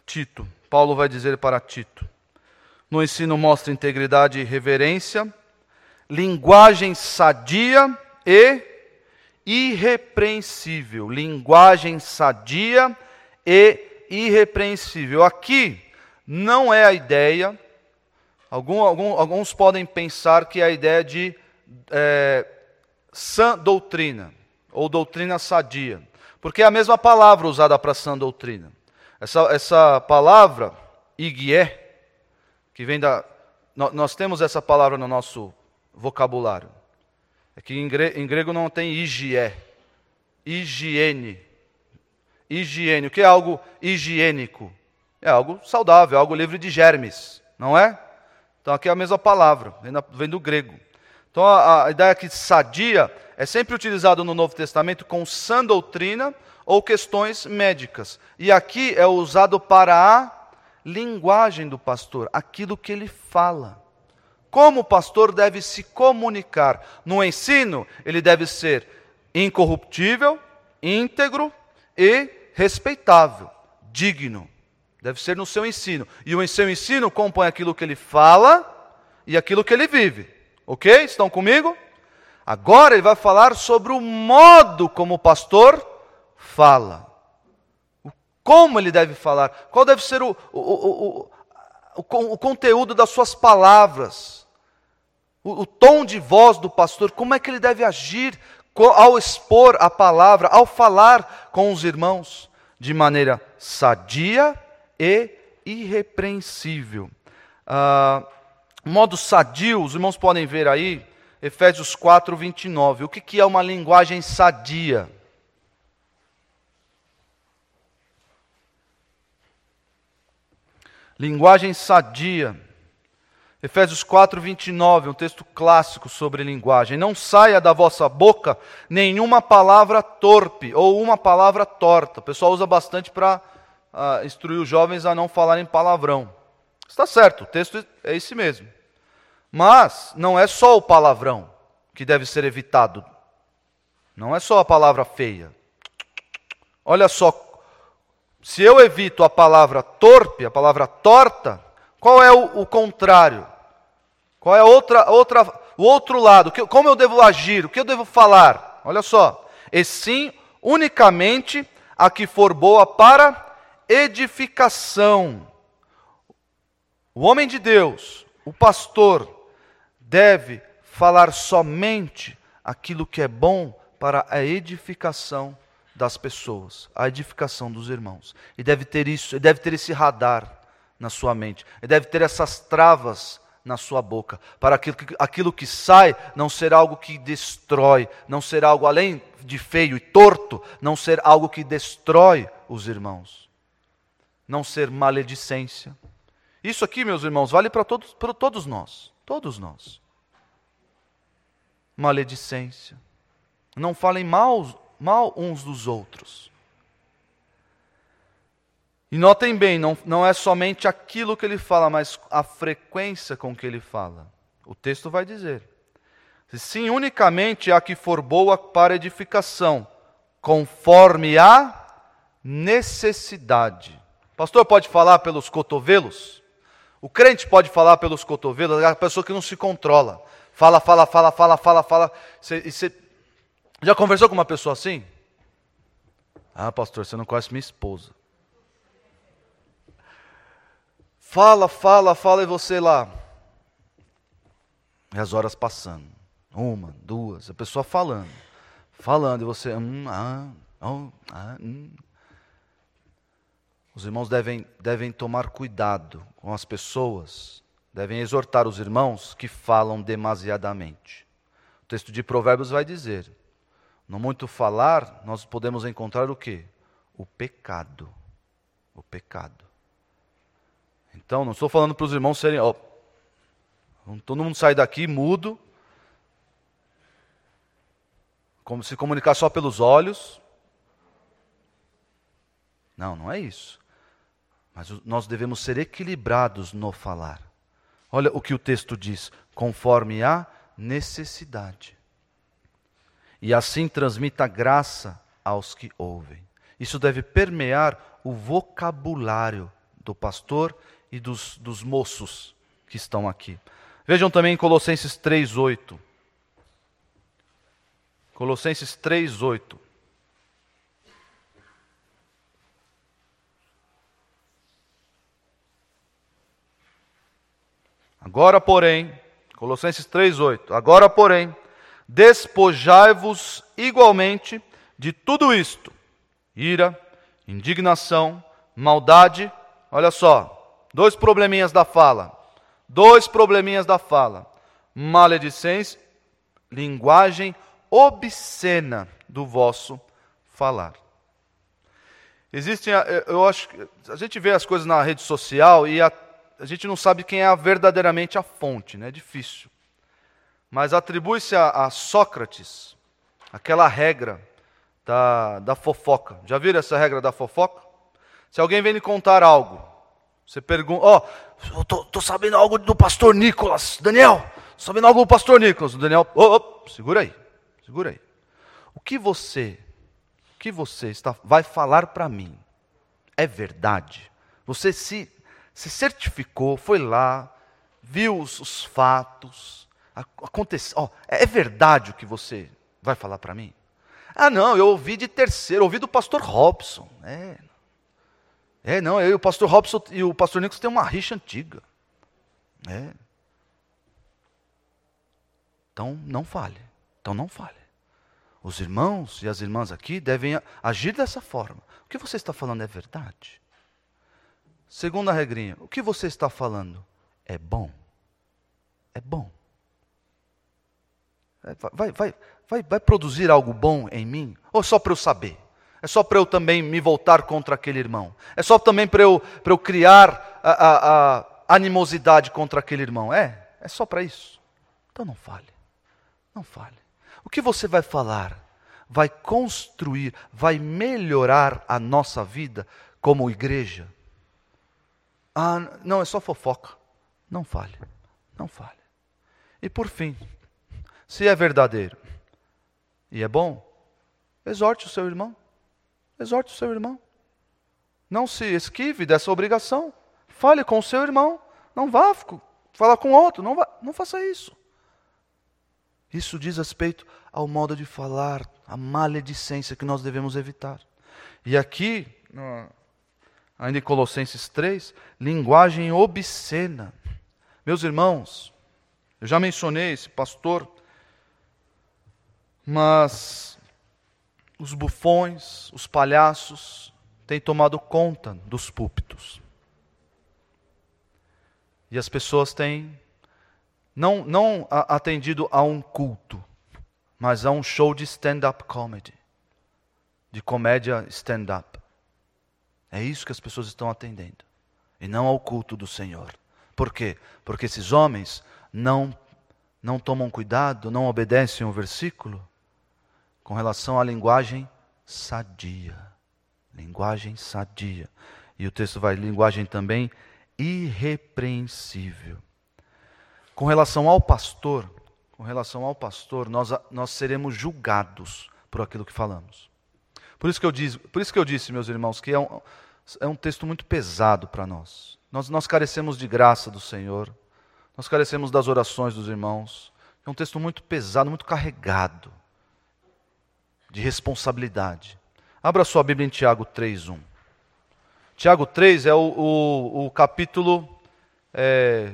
Speaker 1: Tito. Paulo vai dizer para Tito: no ensino mostra integridade e reverência, linguagem sadia e irrepreensível. Linguagem sadia e irrepreensível. Aqui não é a ideia, algum, algum, alguns podem pensar que é a ideia de é, sã doutrina, ou doutrina sadia, porque é a mesma palavra usada para sã doutrina. Essa, essa palavra, igié, que vem da... Nós temos essa palavra no nosso vocabulário. É que em grego, em grego não tem higié. Higiene. Higiene. O que é algo higiênico? É algo saudável, é algo livre de germes, não é? Então aqui é a mesma palavra, vem, da, vem do grego. Então a, a ideia que sadia é sempre utilizado no Novo Testamento com sã doutrina ou questões médicas. E aqui é usado para a linguagem do pastor, aquilo que ele fala. Como o pastor deve se comunicar? No ensino, ele deve ser incorruptível, íntegro e respeitável, digno. Deve ser no seu ensino. E o seu ensino compõe aquilo que ele fala e aquilo que ele vive. Ok? Estão comigo? Agora ele vai falar sobre o modo como o pastor fala. Como ele deve falar? Qual deve ser o, o, o, o, o, o conteúdo das suas palavras? O, o tom de voz do pastor? Como é que ele deve agir ao expor a palavra, ao falar com os irmãos? De maneira sadia e irrepreensível. Ah, modo sadio, os irmãos podem ver aí, Efésios quatro, vinte e nove. O que, que é uma linguagem sadia? Linguagem sadia. Efésios quatro, vinte e nove, um texto clássico sobre linguagem. Não saia da vossa boca nenhuma palavra torpe ou uma palavra torta. O pessoal usa bastante para uh, instruir os jovens a não falarem palavrão. Está certo, o texto é esse mesmo. Mas não é só o palavrão que deve ser evitado. Não é só a palavra feia. Olha só. Se eu evito a palavra torpe, a palavra torta, qual é o, o contrário? Qual é a outra, outra, o outro lado? Que, como eu devo agir? O que eu devo falar? Olha só. E sim, unicamente a que for boa para edificação. O homem de Deus, o pastor, deve falar somente aquilo que é bom para a edificação das pessoas, a edificação dos irmãos. E deve ter isso, ele deve ter esse radar na sua mente. Ele deve ter essas travas na sua boca, para aquilo que, aquilo que sai não ser algo que destrói, não ser algo além de feio e torto, não ser algo que destrói os irmãos. Não ser maledicência. Isso aqui, meus irmãos, vale para todos, para todos nós, todos nós. Maledicência. Não falem mal mal uns dos outros. E notem bem, não, não é somente aquilo que ele fala, mas a frequência com que ele fala. O texto vai dizer. Sim, unicamente a que for boa para edificação, conforme a necessidade. O pastor pode falar pelos cotovelos? O crente pode falar pelos cotovelos? É a pessoa que não se controla. Fala, fala, fala, fala, fala, fala. E você... Já conversou com uma pessoa assim? Ah, pastor, você não conhece minha esposa. Fala, fala, fala e você lá. E as horas passando. Uma, duas, a pessoa falando. Falando e você... Hum, ah, oh, ah, hum. Os irmãos devem, devem tomar cuidado com as pessoas. Devem exortar os irmãos que falam demasiadamente. O texto de Provérbios vai dizer... No muito falar, nós podemos encontrar o quê? O pecado. O pecado. Então, não estou falando para os irmãos serem... Ó, todo mundo sair daqui mudo, como se comunicar só pelos olhos. Não, não é isso. Mas nós devemos ser equilibrados no falar. Olha o que o texto diz. Conforme a necessidade. E assim transmita graça aos que ouvem. Isso deve permear o vocabulário do pastor e dos, dos moços que estão aqui. Vejam também Colossenses três, oito. Colossenses três, oito. Agora, porém, Colossenses três, oito. Agora, porém, despojai-vos igualmente de tudo isto: ira, indignação, maldade. Olha só, dois probleminhas da fala. Dois probleminhas da fala. Maledicência, linguagem obscena do vosso falar. Existem, eu acho que a gente vê as coisas na rede social e a, a gente não sabe quem é verdadeiramente a fonte, né? É difícil. Mas atribui-se a, a Sócrates aquela regra da, da fofoca. Já viram essa regra da fofoca? Se alguém vem lhe contar algo, você pergunta, ó, oh, eu tô, tô sabendo algo do pastor Nicolas, Daniel, tô sabendo algo do pastor Nicolas. O Daniel, oh, oh, segura aí, segura aí. O que você, o que você está, vai falar para mim é verdade? Você se, se certificou, foi lá, viu os, os fatos, aconteceu, ó, é verdade o que você vai falar para mim? Ah, não, eu ouvi de terceiro, ouvi do pastor Robson. É, é não, eu e o pastor Robson e o pastor Nicolas têm uma rixa antiga. É. Então, não fale. Então, não fale. Os irmãos e as irmãs aqui devem agir dessa forma. O que você está falando é verdade? Segunda regrinha, o que você está falando é bom? É bom. Vai, vai, vai, vai produzir algo bom em mim? Ou só para eu saber? É só para eu também me voltar contra aquele irmão? É só também para eu, para eu criar a, a, a animosidade contra aquele irmão? É? É só para isso? Então não fale. Não fale. O que você vai falar vai construir, vai melhorar a nossa vida como igreja? Ah, não, é só fofoca. Não fale. Não fale. E por fim, se é verdadeiro e é bom, exorte o seu irmão. Exorte o seu irmão. Não se esquive dessa obrigação. Fale com o seu irmão. Não vá falar com outro. Não, vá, não faça isso. Isso diz respeito ao modo de falar, a maledicência que nós devemos evitar. E aqui, ainda em Colossenses três, linguagem obscena. Meus irmãos, eu já mencionei esse pastor, mas os bufões, os palhaços, têm tomado conta dos púlpitos. E as pessoas têm não, não atendido a um culto, mas a um show de stand-up comedy, de comédia stand-up. É isso que as pessoas estão atendendo, e não ao culto do Senhor. Por quê? Porque esses homens não, não tomam cuidado, não obedecem ao versículo com relação à linguagem sadia. Linguagem sadia. E o texto vai, linguagem também irrepreensível. Com relação ao pastor, com relação ao pastor, nós, nós seremos julgados por aquilo que falamos. Por isso que eu, diz, por isso que eu disse, meus irmãos, que é um, é um texto muito pesado para nós. nós. Nós carecemos de graça do Senhor, nós carecemos das orações dos irmãos. É um texto muito pesado, muito carregado de responsabilidade. Abra sua Bíblia em Tiago três, um. Tiago três é o, o, o capítulo é,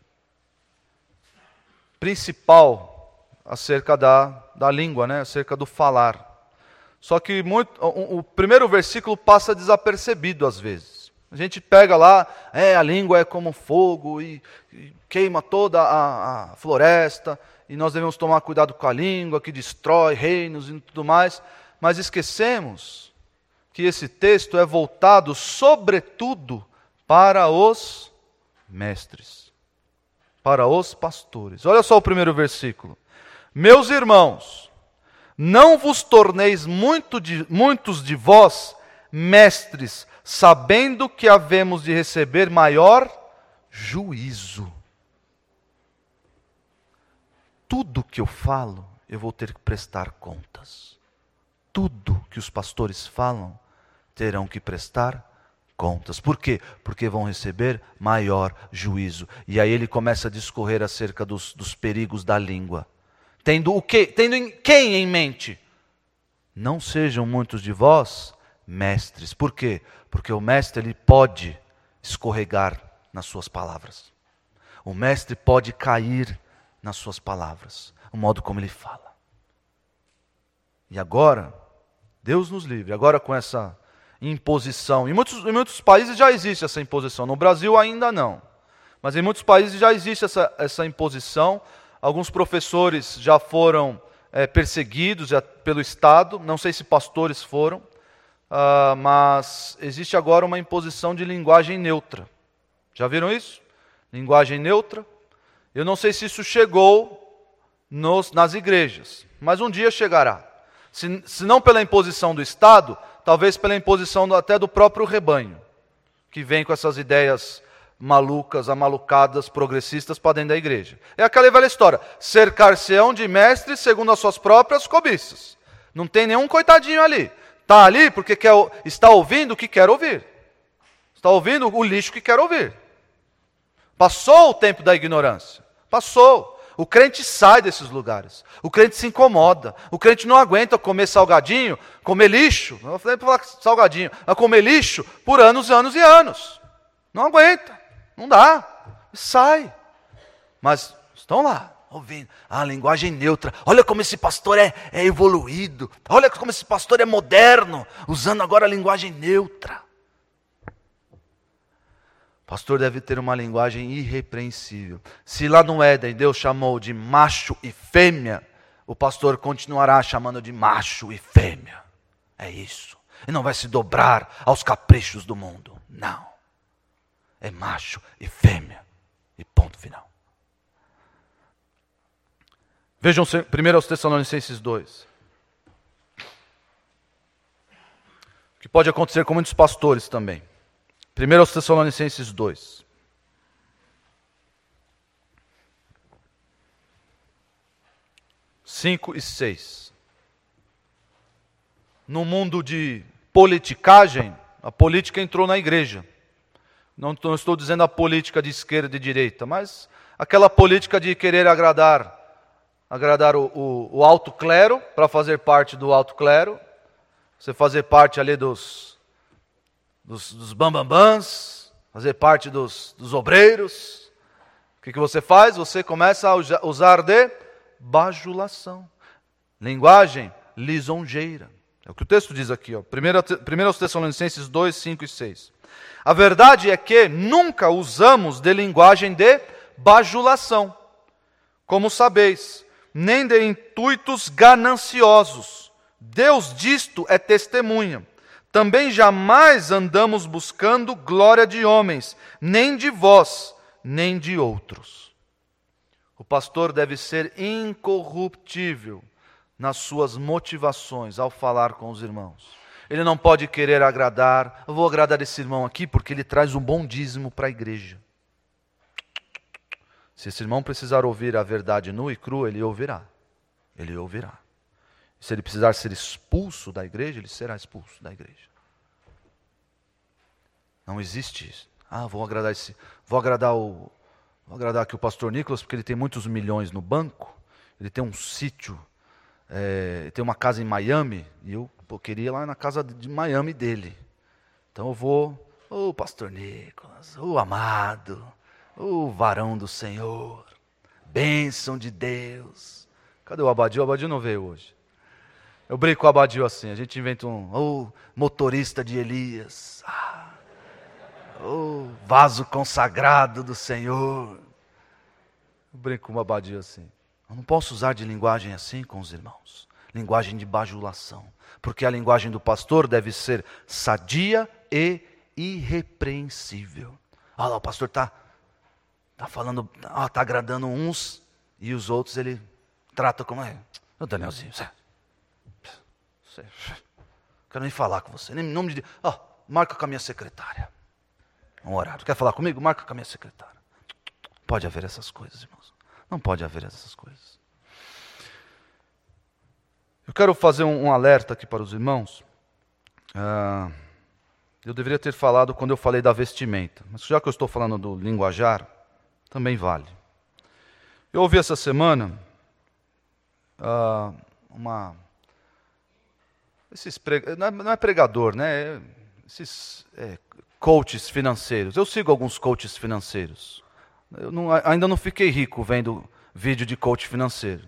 Speaker 1: principal acerca da, da língua, né? Acerca do falar. Só que muito, o, o primeiro versículo passa desapercebido às vezes. A gente pega lá, é, a língua é como fogo e, e queima toda a, a floresta, e nós devemos tomar cuidado com a língua que destrói reinos e tudo mais, mas esquecemos que esse texto é voltado sobretudo para os mestres, para os pastores. Olha só o primeiro versículo. Meus irmãos, não vos torneis muito de, muitos de vós mestres, sabendo que havemos de receber maior juízo. Tudo que eu falo, eu vou ter que prestar contas. Tudo que os pastores falam, terão que prestar contas. Por quê? Porque vão receber maior juízo. E aí ele começa a discorrer acerca dos, dos perigos da língua. Tendo o quê? Tendo em, quem em mente? Não sejam muitos de vós mestres. Por quê? Porque o mestre ele pode escorregar nas suas palavras. O mestre pode cair nas suas palavras, o modo como ele fala. E agora, Deus nos livre, agora com essa imposição. Em muitos, em muitos países já existe essa imposição, no Brasil ainda não. Mas em muitos países já existe essa, essa imposição. Alguns professores já foram é, perseguidos já, pelo Estado, não sei se pastores foram, uh, mas existe agora uma imposição de linguagem neutra. Já viram isso? Linguagem neutra. Eu não sei se isso chegou nos, nas igrejas, mas um dia chegará. Se, se não pela imposição do Estado, talvez pela imposição do, até do próprio rebanho, que vem com essas ideias malucas, amalucadas, progressistas para dentro da igreja. É aquela velha história, cercar-se-ão de mestres segundo as suas próprias cobiças. Não tem nenhum coitadinho ali. Está ali porque quer, está ouvindo o que quer ouvir. Está ouvindo o lixo que quer ouvir. Passou o tempo da ignorância. Passou. O crente sai desses lugares. O crente se incomoda. O crente não aguenta comer salgadinho, comer lixo. Eu falei para falar salgadinho. A comer lixo por anos e anos e anos. Não aguenta. Não dá. Sai. Mas estão lá, ouvindo. Ah, linguagem neutra. Olha como esse pastor é, é evoluído. Olha como esse pastor é moderno. Usando agora a linguagem neutra. O pastor deve ter uma linguagem irrepreensível. Se lá no Éden Deus chamou de macho e fêmea, o pastor continuará chamando de macho e fêmea. É isso. E não vai se dobrar aos caprichos do mundo. Não. É macho e fêmea. E ponto final. Vejam primeiro aos Tessalonicenses dois. O que pode acontecer com muitos pastores também. Primeiro aos Tessalonicenses dois. cinco e seis. No mundo de politicagem, a política entrou na igreja. Não, não estou dizendo a política de esquerda e de direita, mas aquela política de querer agradar, agradar o, o, o alto clero, para fazer parte do alto clero. Você fazer parte ali dos... dos, dos bambambãs, fazer parte dos, dos obreiros. O que, que você faz? Você começa a usar de bajulação. Linguagem lisonjeira. É o que o texto diz aqui. Ó. Primeiro, primeiro aos Tessalonicenses dois, cinco e seis. A verdade é que nunca usamos de linguagem de bajulação, como sabeis, nem de intuitos gananciosos. Deus disto é testemunha. Também jamais andamos buscando glória de homens, nem de vós, nem de outros. O pastor deve ser incorruptível nas suas motivações ao falar com os irmãos. Ele não pode querer agradar, eu vou agradar esse irmão aqui porque ele traz um bom dízimo para a igreja. Se esse irmão precisar ouvir a verdade nua e crua, ele ouvirá. Ele ouvirá. Se ele precisar ser expulso da igreja, ele será expulso da igreja. Não existe isso. Ah, vou agradar esse, vou agradar o, vou agradar aqui o pastor Nicolas porque ele tem muitos milhões no banco. Ele tem um sítio, é, ele tem uma casa em Miami e eu, eu queria ir lá na casa de Miami dele. Então eu vou, ô oh, pastor Nicolas, ô oh, amado, ô oh, varão do Senhor, bênção de Deus. Cadê o Abadio? O Abadio não veio hoje. Eu brinco com o Abadio assim, a gente inventa um, ô oh, motorista de Elias, ah, ô oh, vaso consagrado do Senhor. Eu brinco com o Abadio assim. Eu não posso usar de linguagem assim com os irmãos. Linguagem de bajulação. Porque a linguagem do pastor deve ser sadia e irrepreensível. Olha lá, o pastor está tá falando, está agradando uns e os outros ele trata como é. Ô Danielzinho, você, você, quero nem falar com você. Nem em nome de Deus. Ó, marca com a minha secretária. Um horário. Quer falar comigo? Marca com a minha secretária. Pode haver essas coisas, irmãos. Não pode haver essas coisas. Eu quero fazer um, um alerta aqui para os irmãos. Ah, Eu deveria ter falado quando eu falei da vestimenta, mas já que eu estou falando do linguajar, também vale. Eu ouvi essa semana uh, uma... Esses preg... não, é, não é pregador, né? É, esses é, coaches financeiros. Eu sigo alguns coaches financeiros. Eu não, ainda não fiquei rico vendo vídeo de coach financeiro.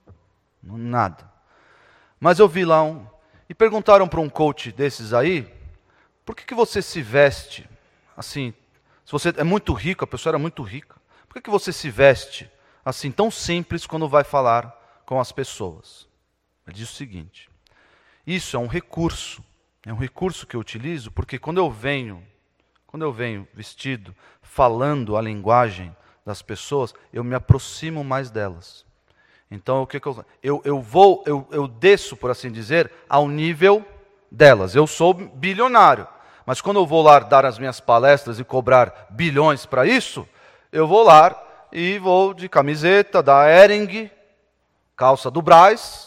Speaker 1: Nada. Mas eu vi lá um... E perguntaram para um coach desses aí, por que, que você se veste assim? Se você é muito rico, a pessoa era muito rica, por que, que você se veste assim, tão simples, quando vai falar com as pessoas? Ele diz o seguinte: isso é um recurso, é um recurso que eu utilizo, porque quando eu venho, quando eu venho vestido, falando a linguagem das pessoas, eu me aproximo mais delas. Então, o que, que eu, eu, eu vou, eu, eu desço, por assim dizer, ao nível delas. Eu sou bilionário, mas quando eu vou lá dar as minhas palestras e cobrar bilhões para isso, eu vou lá e vou de camiseta da Hering, calça do Brás,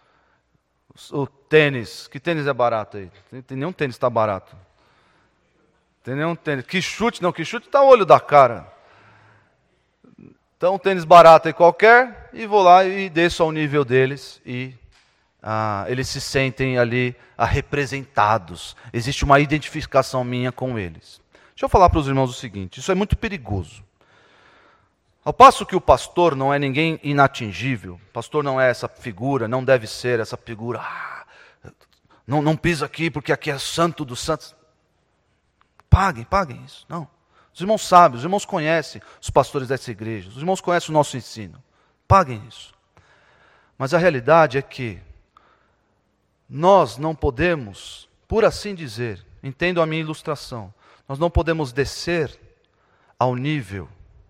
Speaker 1: o tênis. Que tênis é barato aí? Tem, tem nenhum tênis que está barato. Tem nenhum tênis. Que chute, não, que chute está o olho da cara. Então, um tênis barato aí qualquer, e vou lá e desço ao nível deles, e ah, eles se sentem ali ah, representados. Existe uma identificação minha com eles. Deixa eu falar para os irmãos o seguinte: isso é muito perigoso. Ao passo que o pastor não é ninguém inatingível, o pastor não é essa figura, não deve ser essa figura, ah, não, não pisa aqui porque aqui é santo dos santos. Paguem, paguem isso, não. Os irmãos sabem, os irmãos conhecem os pastores dessa igreja, os irmãos conhecem o nosso ensino. Paguem isso. Mas a realidade é que nós não podemos, por assim dizer, entendo a minha ilustração, nós não podemos descer ao nível.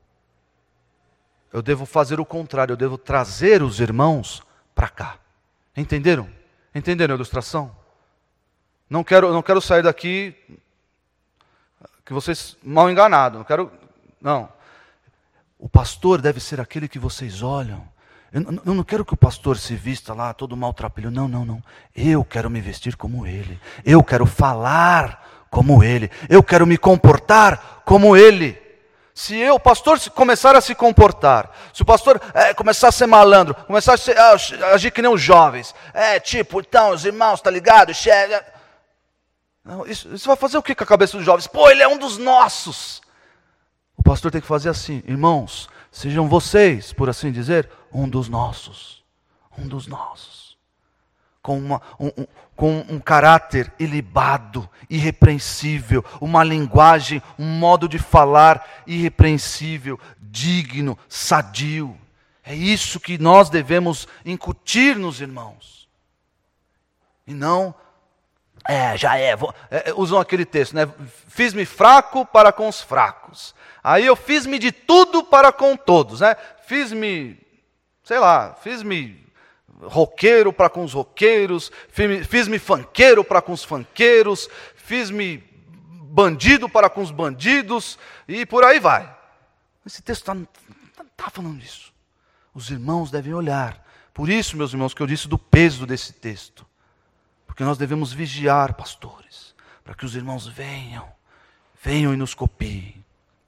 Speaker 1: Eu devo fazer o contrário, eu devo trazer os irmãos para cá. Entenderam? Entenderam a ilustração? Não quero, não quero sair daqui... que vocês mal enganados, não quero, não. O pastor deve ser aquele que vocês olham. Eu, eu não quero que o pastor se vista lá todo maltrapilho, não, não, não. Eu quero me vestir como ele. Eu quero falar como ele. Eu quero me comportar como ele. Se eu, o pastor, começar a se comportar, se o pastor é, começar a ser malandro, começar a, ser, a agir que nem os jovens, é tipo, então, os irmãos, tá ligado? Chega... Não, isso, isso vai fazer o que com a cabeça dos jovens? Pô, ele é um dos nossos. O pastor tem que fazer assim: irmãos, sejam vocês, por assim dizer, um dos nossos. Um dos nossos. Com, uma, um, um, com um caráter ilibado, irrepreensível, uma linguagem, um modo de falar irrepreensível, digno, sadio. É isso que nós devemos incutir nos irmãos. E não... É, já é, vou, é, usam aquele texto, né? Fiz-me fraco para com os fracos. Aí eu fiz-me de tudo para com todos, né? Fiz-me, sei lá, fiz-me roqueiro para com os roqueiros, fiz-me funkeiro para com os funkeiros, fiz-me bandido para com os bandidos, e por aí vai. Esse texto não está falando disso. Os irmãos devem olhar. Por isso, meus irmãos, que eu disse do peso desse texto. Porque nós devemos vigiar, pastores, para que os irmãos venham, venham e nos copiem.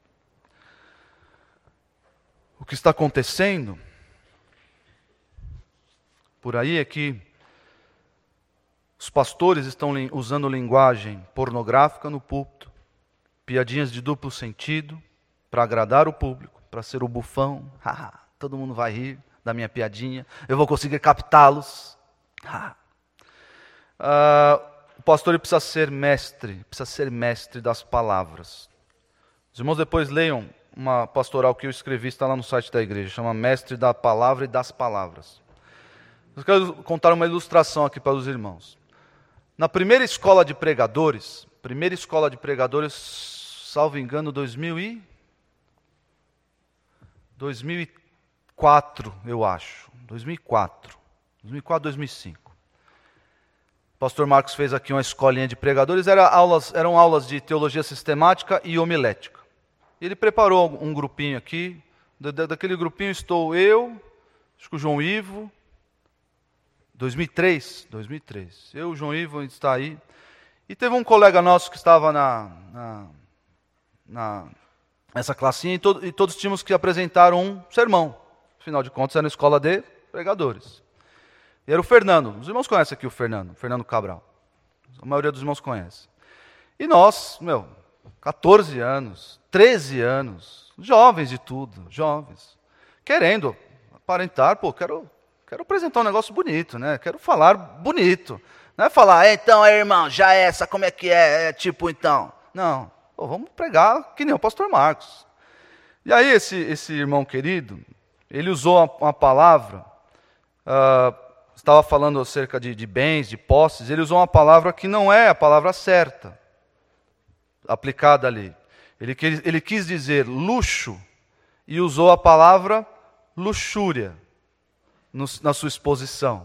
Speaker 1: O que está acontecendo por aí é que os pastores estão usando linguagem pornográfica no púlpito, piadinhas de duplo sentido, para agradar o público, para ser o bufão. Todo mundo vai rir da minha piadinha, eu vou conseguir captá-los. Uh, o pastor ele precisa ser mestre, precisa ser mestre das palavras. Os irmãos depois leiam uma pastoral que eu escrevi, está lá no site da igreja, chama Mestre da Palavra e das Palavras. Eu quero contar uma ilustração aqui para os irmãos. Na primeira escola de pregadores, primeira escola de pregadores, salvo engano, dois mil e quatro, eu acho, dois mil e quatro, dois mil e quatro, dois mil e cinco. O pastor Marcos fez aqui uma escolinha de pregadores, era aulas, eram aulas de teologia sistemática e homilética. Ele preparou um grupinho aqui, da, daquele grupinho estou eu, acho que o João Ivo, dois mil e três, dois mil e três, eu, o João Ivo está aí, E teve um colega nosso que estava na, na, na nessa classinha e, to, e todos tínhamos que apresentar um sermão. Afinal de contas, era uma escola de pregadores. E era o Fernando. Os irmãos conhecem aqui o Fernando, Fernando Cabral. A maioria dos irmãos conhece. E nós, meu, catorze anos, treze anos, jovens de tudo, jovens, querendo aparentar, pô, quero, quero apresentar um negócio bonito, né? Quero falar bonito. Não é falar, é, então, é, irmão, já é essa, como é que é, é tipo, então. Não, pô, vamos pregar que nem o pastor Marcos. E aí esse, esse irmão querido, ele usou uma, uma palavra, uh, estava falando acerca de, de bens, de posses, ele usou uma palavra que não é a palavra certa, aplicada ali. Ele, ele quis dizer luxo e usou a palavra luxúria no, na sua exposição.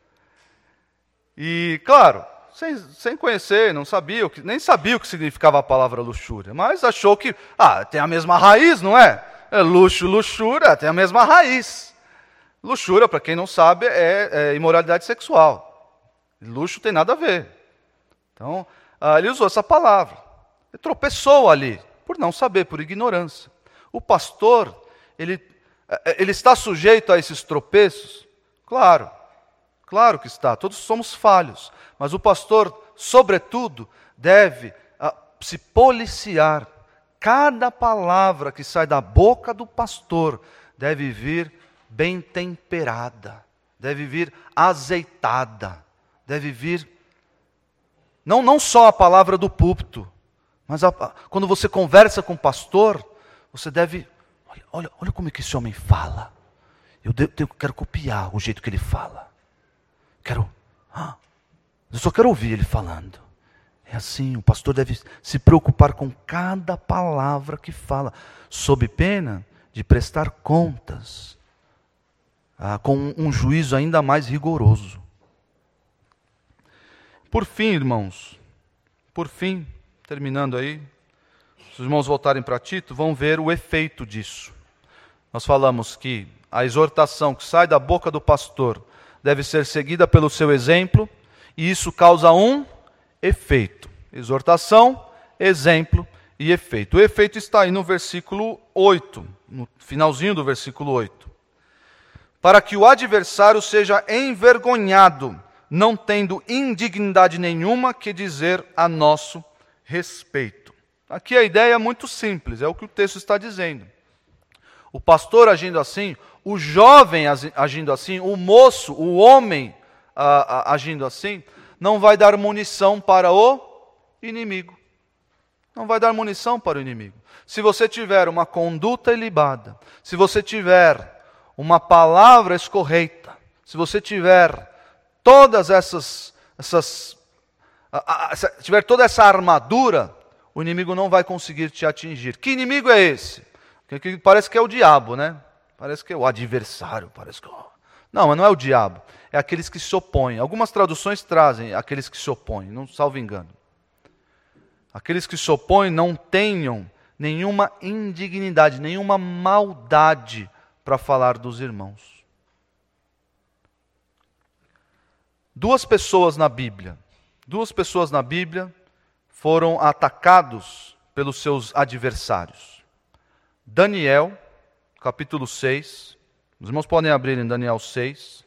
Speaker 1: E, claro, sem, sem conhecer, não sabia, o que, nem sabia o que significava a palavra luxúria, mas achou que, ah, tem a mesma raiz, não é? É luxo, luxúria, tem a mesma raiz. Luxúria, para quem não sabe, é, é imoralidade sexual. Luxo tem nada a ver. Então, ah, ele usou essa palavra. Ele tropeçou ali, por não saber, por ignorância. O pastor, ele, ele está sujeito a esses tropeços? Claro. Claro que está, todos somos falhos, mas o pastor, sobretudo, deve uh, se policiar. Cada palavra que sai da boca do pastor deve vir bem temperada, deve vir azeitada, deve vir, não, não só a palavra do púlpito, mas a, a, quando você conversa com o pastor, você deve, olha, olha, olha como é que esse homem fala, eu, devo, eu quero copiar o jeito que ele fala. Quero, ah, eu só quero ouvir ele falando. É assim, o pastor deve se preocupar com cada palavra que fala, sob pena de prestar contas, ah, com um juízo ainda mais rigoroso. Por fim, irmãos, por fim, terminando aí, se os irmãos voltarem para Tito, vão ver o efeito disso. Nós falamos que a exortação que sai da boca do pastor deve ser seguida pelo seu exemplo, e isso causa um efeito. Exortação, exemplo e efeito. O efeito está aí no versículo oito, no finalzinho do versículo oito. Para que o adversário seja envergonhado, não tendo indignidade nenhuma que dizer a nosso respeito. Aqui a ideia é muito simples, é o que o texto está dizendo. O pastor agindo assim, o jovem agindo assim, o moço, o homem ah, ah, agindo assim, não vai dar munição para o inimigo. Não vai dar munição para o inimigo. Se você tiver uma conduta ilibada, se você tiver uma palavra escorreita, se você tiver todas essas, essas ah, ah, tiver toda essa armadura, o inimigo não vai conseguir te atingir. Que inimigo é esse? Que parece que é o diabo, né? Parece que é o adversário, parece que... Não, mas não é o diabo, é aqueles que se opõem. Algumas traduções trazem aqueles que se opõem, não salvo engano. Aqueles que se opõem não tenham nenhuma indignidade, nenhuma maldade para falar dos irmãos. Duas pessoas na Bíblia, duas pessoas na Bíblia foram atacados pelos seus adversários. Daniel, capítulo seis. Os irmãos podem abrir em Daniel seis.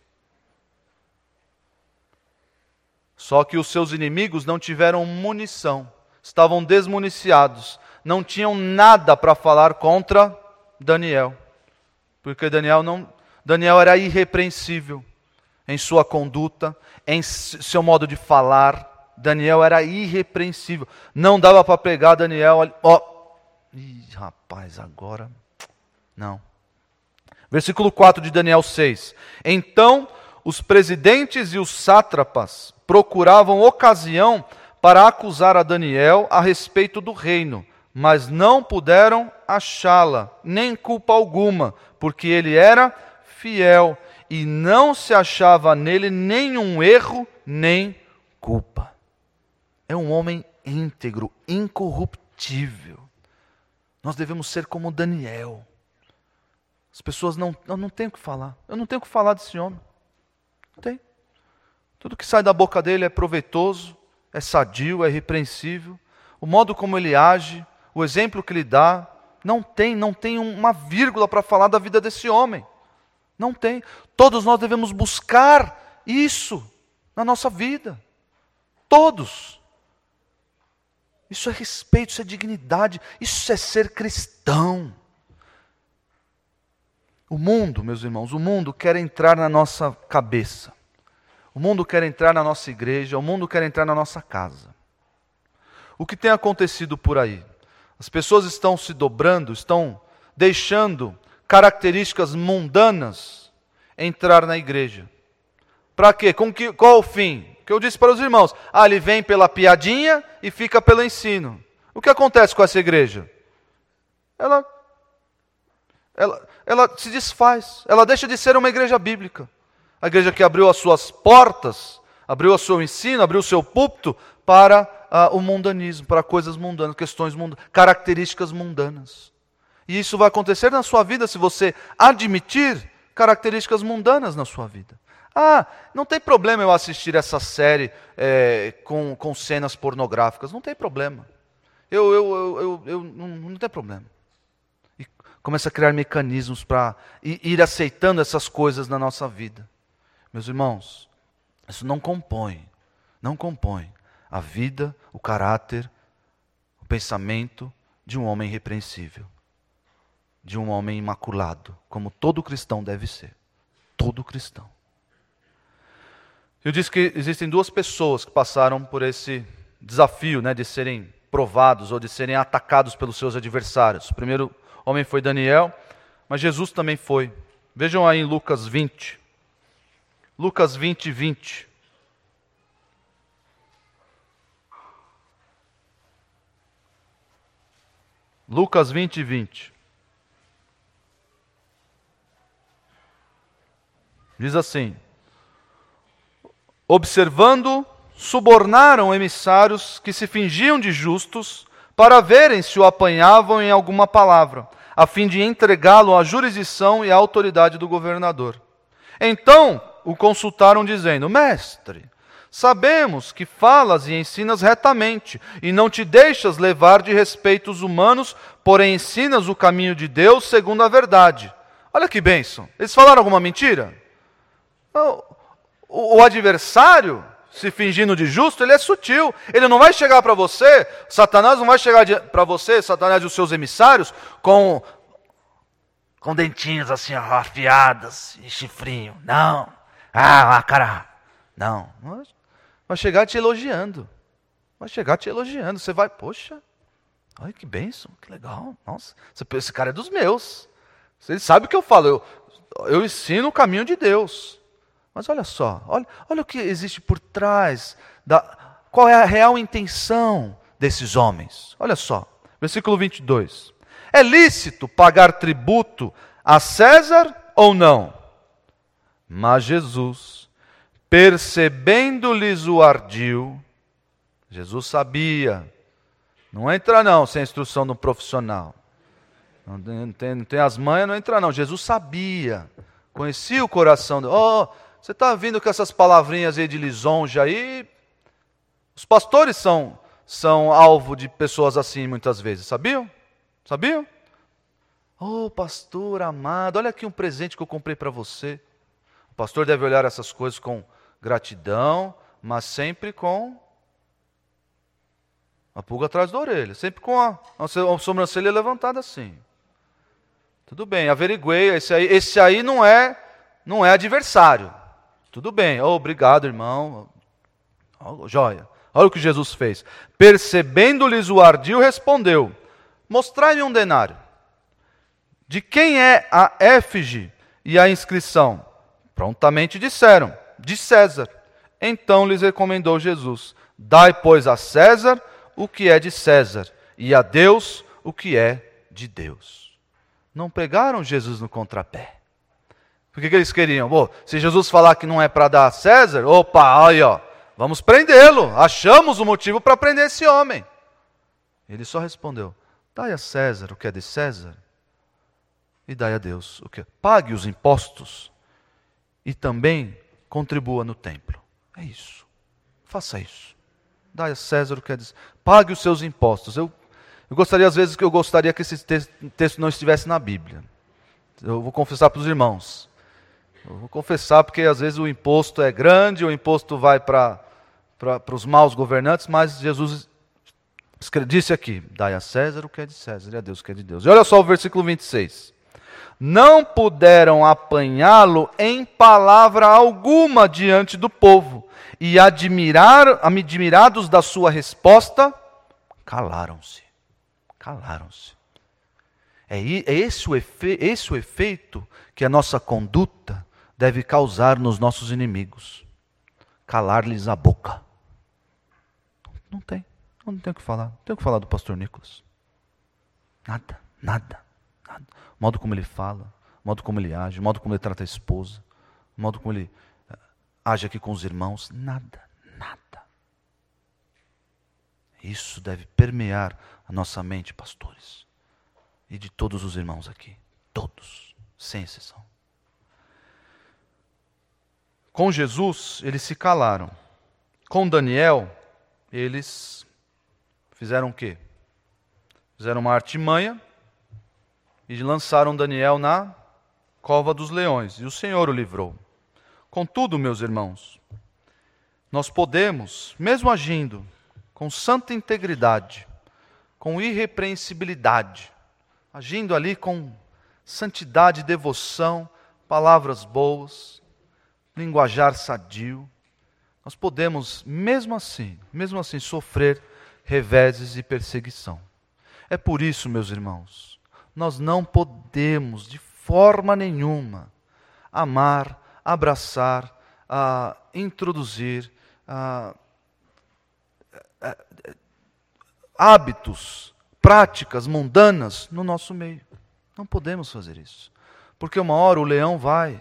Speaker 1: Só que os seus inimigos não tiveram munição. Estavam desmuniciados. Não tinham nada para falar contra Daniel. Porque Daniel, não, Daniel era irrepreensível em sua conduta, em seu modo de falar. Daniel era irrepreensível. Não dava para pegar Daniel. Ó, ih, rapaz, agora... Não. Versículo quatro de Daniel seis. Então, os presidentes e os sátrapas procuravam ocasião para acusar a Daniel a respeito do reino, mas não puderam achá-la, nem culpa alguma, porque ele era fiel e não se achava nele nenhum erro, nem culpa. É um homem íntegro, incorruptível. Nós devemos ser como Daniel. As pessoas não, eu não tenho o que falar. Eu não tenho o que falar desse homem. Não tem. Tudo que sai da boca dele é proveitoso, é sadio, é irrepreensível. O modo como ele age, o exemplo que ele dá, não tem, não tem uma vírgula para falar da vida desse homem. Não tem. Todos nós devemos buscar isso na nossa vida. Todos. Isso é respeito, isso é dignidade, isso é ser cristão. O mundo, meus irmãos, o mundo quer entrar na nossa cabeça. O mundo quer entrar na nossa igreja, o mundo quer entrar na nossa casa. O que tem acontecido por aí? As pessoas estão se dobrando, estão deixando características mundanas entrar na igreja. Para quê? Com que, qual o fim? Que eu disse para os irmãos, ah, ele vem pela piadinha e fica pelo ensino. O que acontece com essa igreja? Ela, ela, ela se desfaz, ela deixa de ser uma igreja bíblica. A igreja que abriu as suas portas, abriu o seu ensino, abriu o seu púlpito para uh, o mundanismo, para coisas mundanas, questões mundanas, características mundanas. E isso vai acontecer na sua vida se você admitir características mundanas na sua vida. Ah, não tem problema eu assistir essa série é, com, com cenas pornográficas, não tem problema. Eu, eu, eu, eu, eu não, não tem problema. E começa a criar mecanismos para ir, ir aceitando essas coisas na nossa vida. Meus irmãos, isso não compõe, não compõe a vida, o caráter, o pensamento de um homem irrepreensível, de um homem imaculado, como todo cristão deve ser. Todo cristão. Eu disse que existem duas pessoas que passaram por esse desafio, né, de serem provados ou de serem atacados pelos seus adversários. O primeiro homem foi Daniel, mas Jesus também foi. Vejam aí em Lucas vinte. Lucas vinte, vinte. Lucas vinte, vinte. Diz assim: observando, subornaram emissários que se fingiam de justos para verem se o apanhavam em alguma palavra, a fim de entregá-lo à jurisdição e à autoridade do governador. Então o consultaram dizendo: mestre, sabemos que falas e ensinas retamente, e não te deixas levar de respeitos humanos, porém ensinas o caminho de Deus segundo a verdade. Olha que bênção. Eles falaram alguma mentira? O, o adversário, se fingindo de justo, ele é sutil. Ele não vai chegar para você, Satanás não vai chegar para você, Satanás e os seus emissários, com, com dentinhos assim, afiados e chifrinho. Não. Ah, cara. Não. Vai chegar te elogiando. Vai chegar te elogiando. Você vai, poxa, olha que bênção, que legal. Nossa, esse cara é dos meus. Ele sabe o que eu falo. Eu, eu ensino o caminho de Deus. Mas olha só, olha, olha o que existe por trás, da, qual é a real intenção desses homens. Olha só, versículo vinte e dois. É lícito pagar tributo a César ou não? Mas Jesus, percebendo-lhes o ardil, Jesus sabia, não entra não sem a instrução do profissional. Não tem, não tem as manhas, não entra não. Jesus sabia, conhecia o coração dele. Oh, você está vindo com essas palavrinhas aí de lisonja aí? Os pastores são, são alvo de pessoas assim muitas vezes, sabiam? Sabiam? Oh, pastor amado, olha aqui um presente que eu comprei para você. O pastor deve olhar essas coisas com gratidão, mas sempre com a pulga atrás da orelha, sempre com a, a sobrancelha levantada assim. Tudo bem, averiguei, esse aí, esse aí não é, não é adversário. Tudo bem, oh, obrigado, irmão. Oh, joia. Olha o que Jesus fez. Percebendo-lhes o ardil, respondeu: mostrai-me um denário. De quem é a éfige e a inscrição? Prontamente disseram: de César. Então lhes recomendou Jesus: dai, pois, a César o que é de César, e a Deus o que é de Deus. Não pegaram Jesus no contrapé. O que, que eles queriam? Bom, se Jesus falar que não é para dar a César, opa, aí ó, vamos prendê-lo. Achamos o motivo para prender esse homem. Ele só respondeu: dai a César o que é de César, e dai a Deus o que é. Pague os impostos e também contribua no templo. É isso. Faça isso. dai a César o que é de César. Pague os seus impostos. Eu, eu gostaria, às vezes, que eu gostaria que esse texto, texto não estivesse na Bíblia. Eu vou confessar para os irmãos. Eu vou confessar porque, às vezes, o imposto é grande, o imposto vai para para os maus governantes, mas Jesus disse aqui, dai a César o que é de César e a Deus o que é de Deus. E olha só o versículo vinte e seis. Não puderam apanhá-lo em palavra alguma diante do povo, e admirar, admirados da sua resposta, calaram-se. Calaram-se. É, é esse, o efe, esse o efeito que a nossa conduta deve causar nos nossos inimigos. Calar-lhes a boca. Não tem. Não tem o que falar. Não tem o que falar do pastor Nicolas. Nada, nada, nada. O modo como ele fala, o modo como ele age, o modo como ele trata a esposa, o modo como ele age aqui com os irmãos. Nada, nada. Isso deve permear a nossa mente, pastores. E de todos os irmãos aqui. Todos, sem exceção. Com Jesus, eles se calaram. Com Daniel, eles fizeram o quê? Fizeram uma artimanha e lançaram Daniel na cova dos leões. E o Senhor o livrou. Contudo, meus irmãos, nós podemos, mesmo agindo com santa integridade, com irrepreensibilidade, agindo ali com santidade, devoção, palavras boas, linguajar sadio, nós podemos, mesmo assim, mesmo assim, sofrer reveses e perseguição. É por isso, meus irmãos, nós não podemos, de forma nenhuma, amar, abraçar, uh, introduzir uh, uh, uh, hábitos, práticas mundanas no nosso meio. Não podemos fazer isso. Porque uma hora o leão vai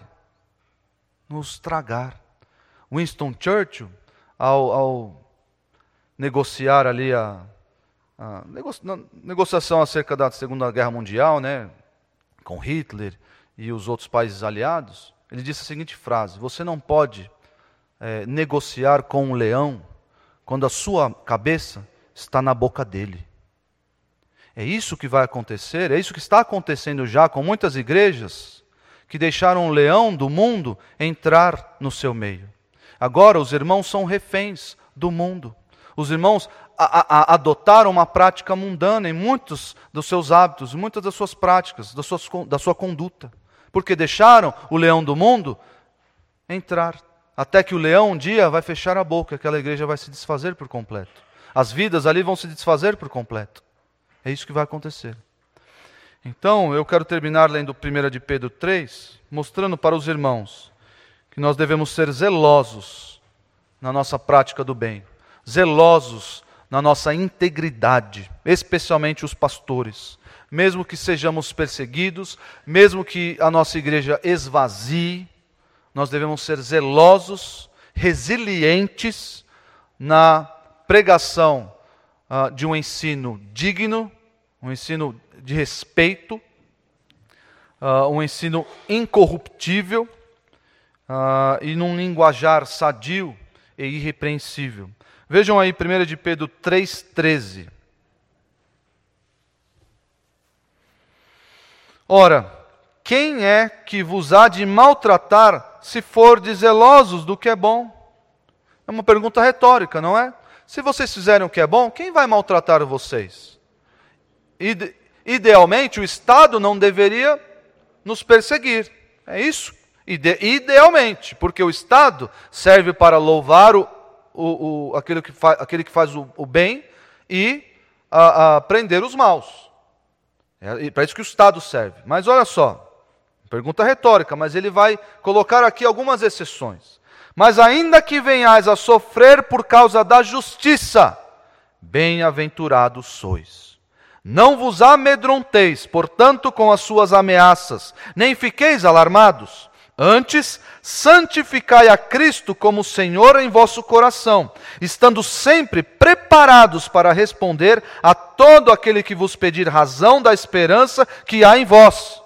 Speaker 1: nos tragar. Winston Churchill, ao, ao negociar ali a, a negocia, negociação acerca da Segunda Guerra Mundial, né, com Hitler e os outros países aliados, ele disse a seguinte frase: você não pode é, negociar com um leão quando a sua cabeça está na boca dele. É isso que vai acontecer, é isso que está acontecendo já com muitas igrejas que deixaram o leão do mundo entrar no seu meio. Agora os irmãos são reféns do mundo. Os irmãos a, a, adotaram uma prática mundana em muitos dos seus hábitos, em muitas das suas práticas, das suas, da sua conduta. Porque deixaram o leão do mundo entrar. Até que o leão um dia vai fechar a boca, aquela igreja vai se desfazer por completo. As vidas ali vão se desfazer por completo. É isso que vai acontecer. Então, eu quero terminar lendo primeira de Pedro três, mostrando para os irmãos que nós devemos ser zelosos na nossa prática do bem, zelosos na nossa integridade, especialmente os pastores. Mesmo que sejamos perseguidos, mesmo que a nossa igreja esvazie, nós devemos ser zelosos, resilientes na pregação uh, de um ensino digno, um ensino de respeito, uh, um ensino incorruptível uh, e num linguajar sadio e irrepreensível. Vejam aí primeira de Pedro três, treze. Ora, quem é que vos há de maltratar se fordes zelosos do que é bom? É uma pergunta retórica, não é? Se vocês fizerem o que é bom, quem vai maltratar vocês? Ide- idealmente, o Estado não deveria nos perseguir. É isso? Ide- idealmente, porque o Estado serve para louvar o, o, o, aquele, que fa- aquele que faz o, o bem e a, a prender os maus. É para isso que o Estado serve. Mas olha só, pergunta retórica, mas ele vai colocar aqui algumas exceções. Mas ainda que venhais a sofrer por causa da justiça, bem-aventurados sois. Não vos amedronteis, portanto, com as suas ameaças, nem fiqueis alarmados. Antes, santificai a Cristo como Senhor em vosso coração, estando sempre preparados para responder a todo aquele que vos pedir razão da esperança que há em vós,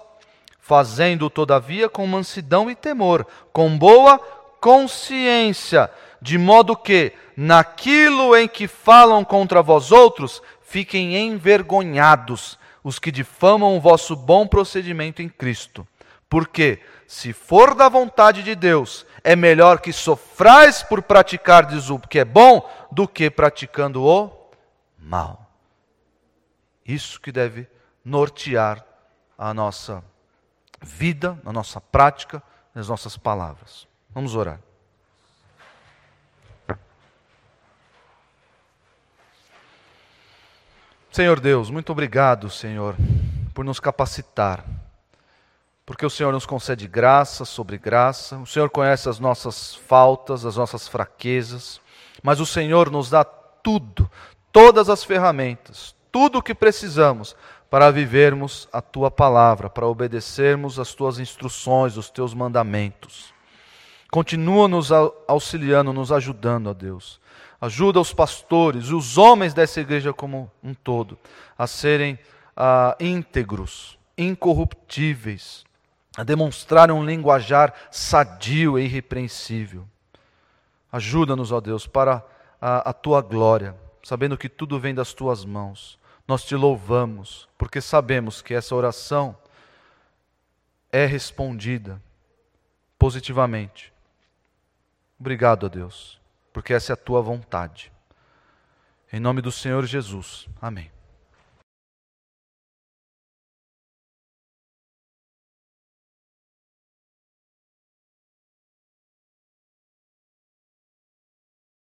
Speaker 1: fazendo, todavia, com mansidão e temor, com boa consciência, de modo que, naquilo em que falam contra vós outros, fiquem envergonhados os que difamam o vosso bom procedimento em Cristo. Porque, se for da vontade de Deus, é melhor que sofrais por praticardes o que é bom, do que praticando o mal. Isso que deve nortear a nossa vida, a nossa prática, as nossas palavras. Vamos orar. Senhor Deus, muito obrigado, Senhor, por nos capacitar, porque o Senhor nos concede graça sobre graça, o Senhor conhece as nossas faltas, as nossas fraquezas, mas o Senhor nos dá tudo, todas as ferramentas, tudo o que precisamos para vivermos a Tua palavra, para obedecermos as Tuas instruções, os Teus mandamentos. Continua nos auxiliando, nos ajudando, ó Deus. Ajuda os pastores, os homens dessa igreja como um todo, a serem ah, íntegros, incorruptíveis, a demonstrarem um linguajar sadio e irrepreensível. Ajuda-nos, ó Deus, para a, a Tua glória, sabendo que tudo vem das Tuas mãos. Nós Te louvamos, porque sabemos que essa oração é respondida positivamente. Obrigado, ó Deus, porque essa é a Tua vontade. Em nome do Senhor Jesus. Amém.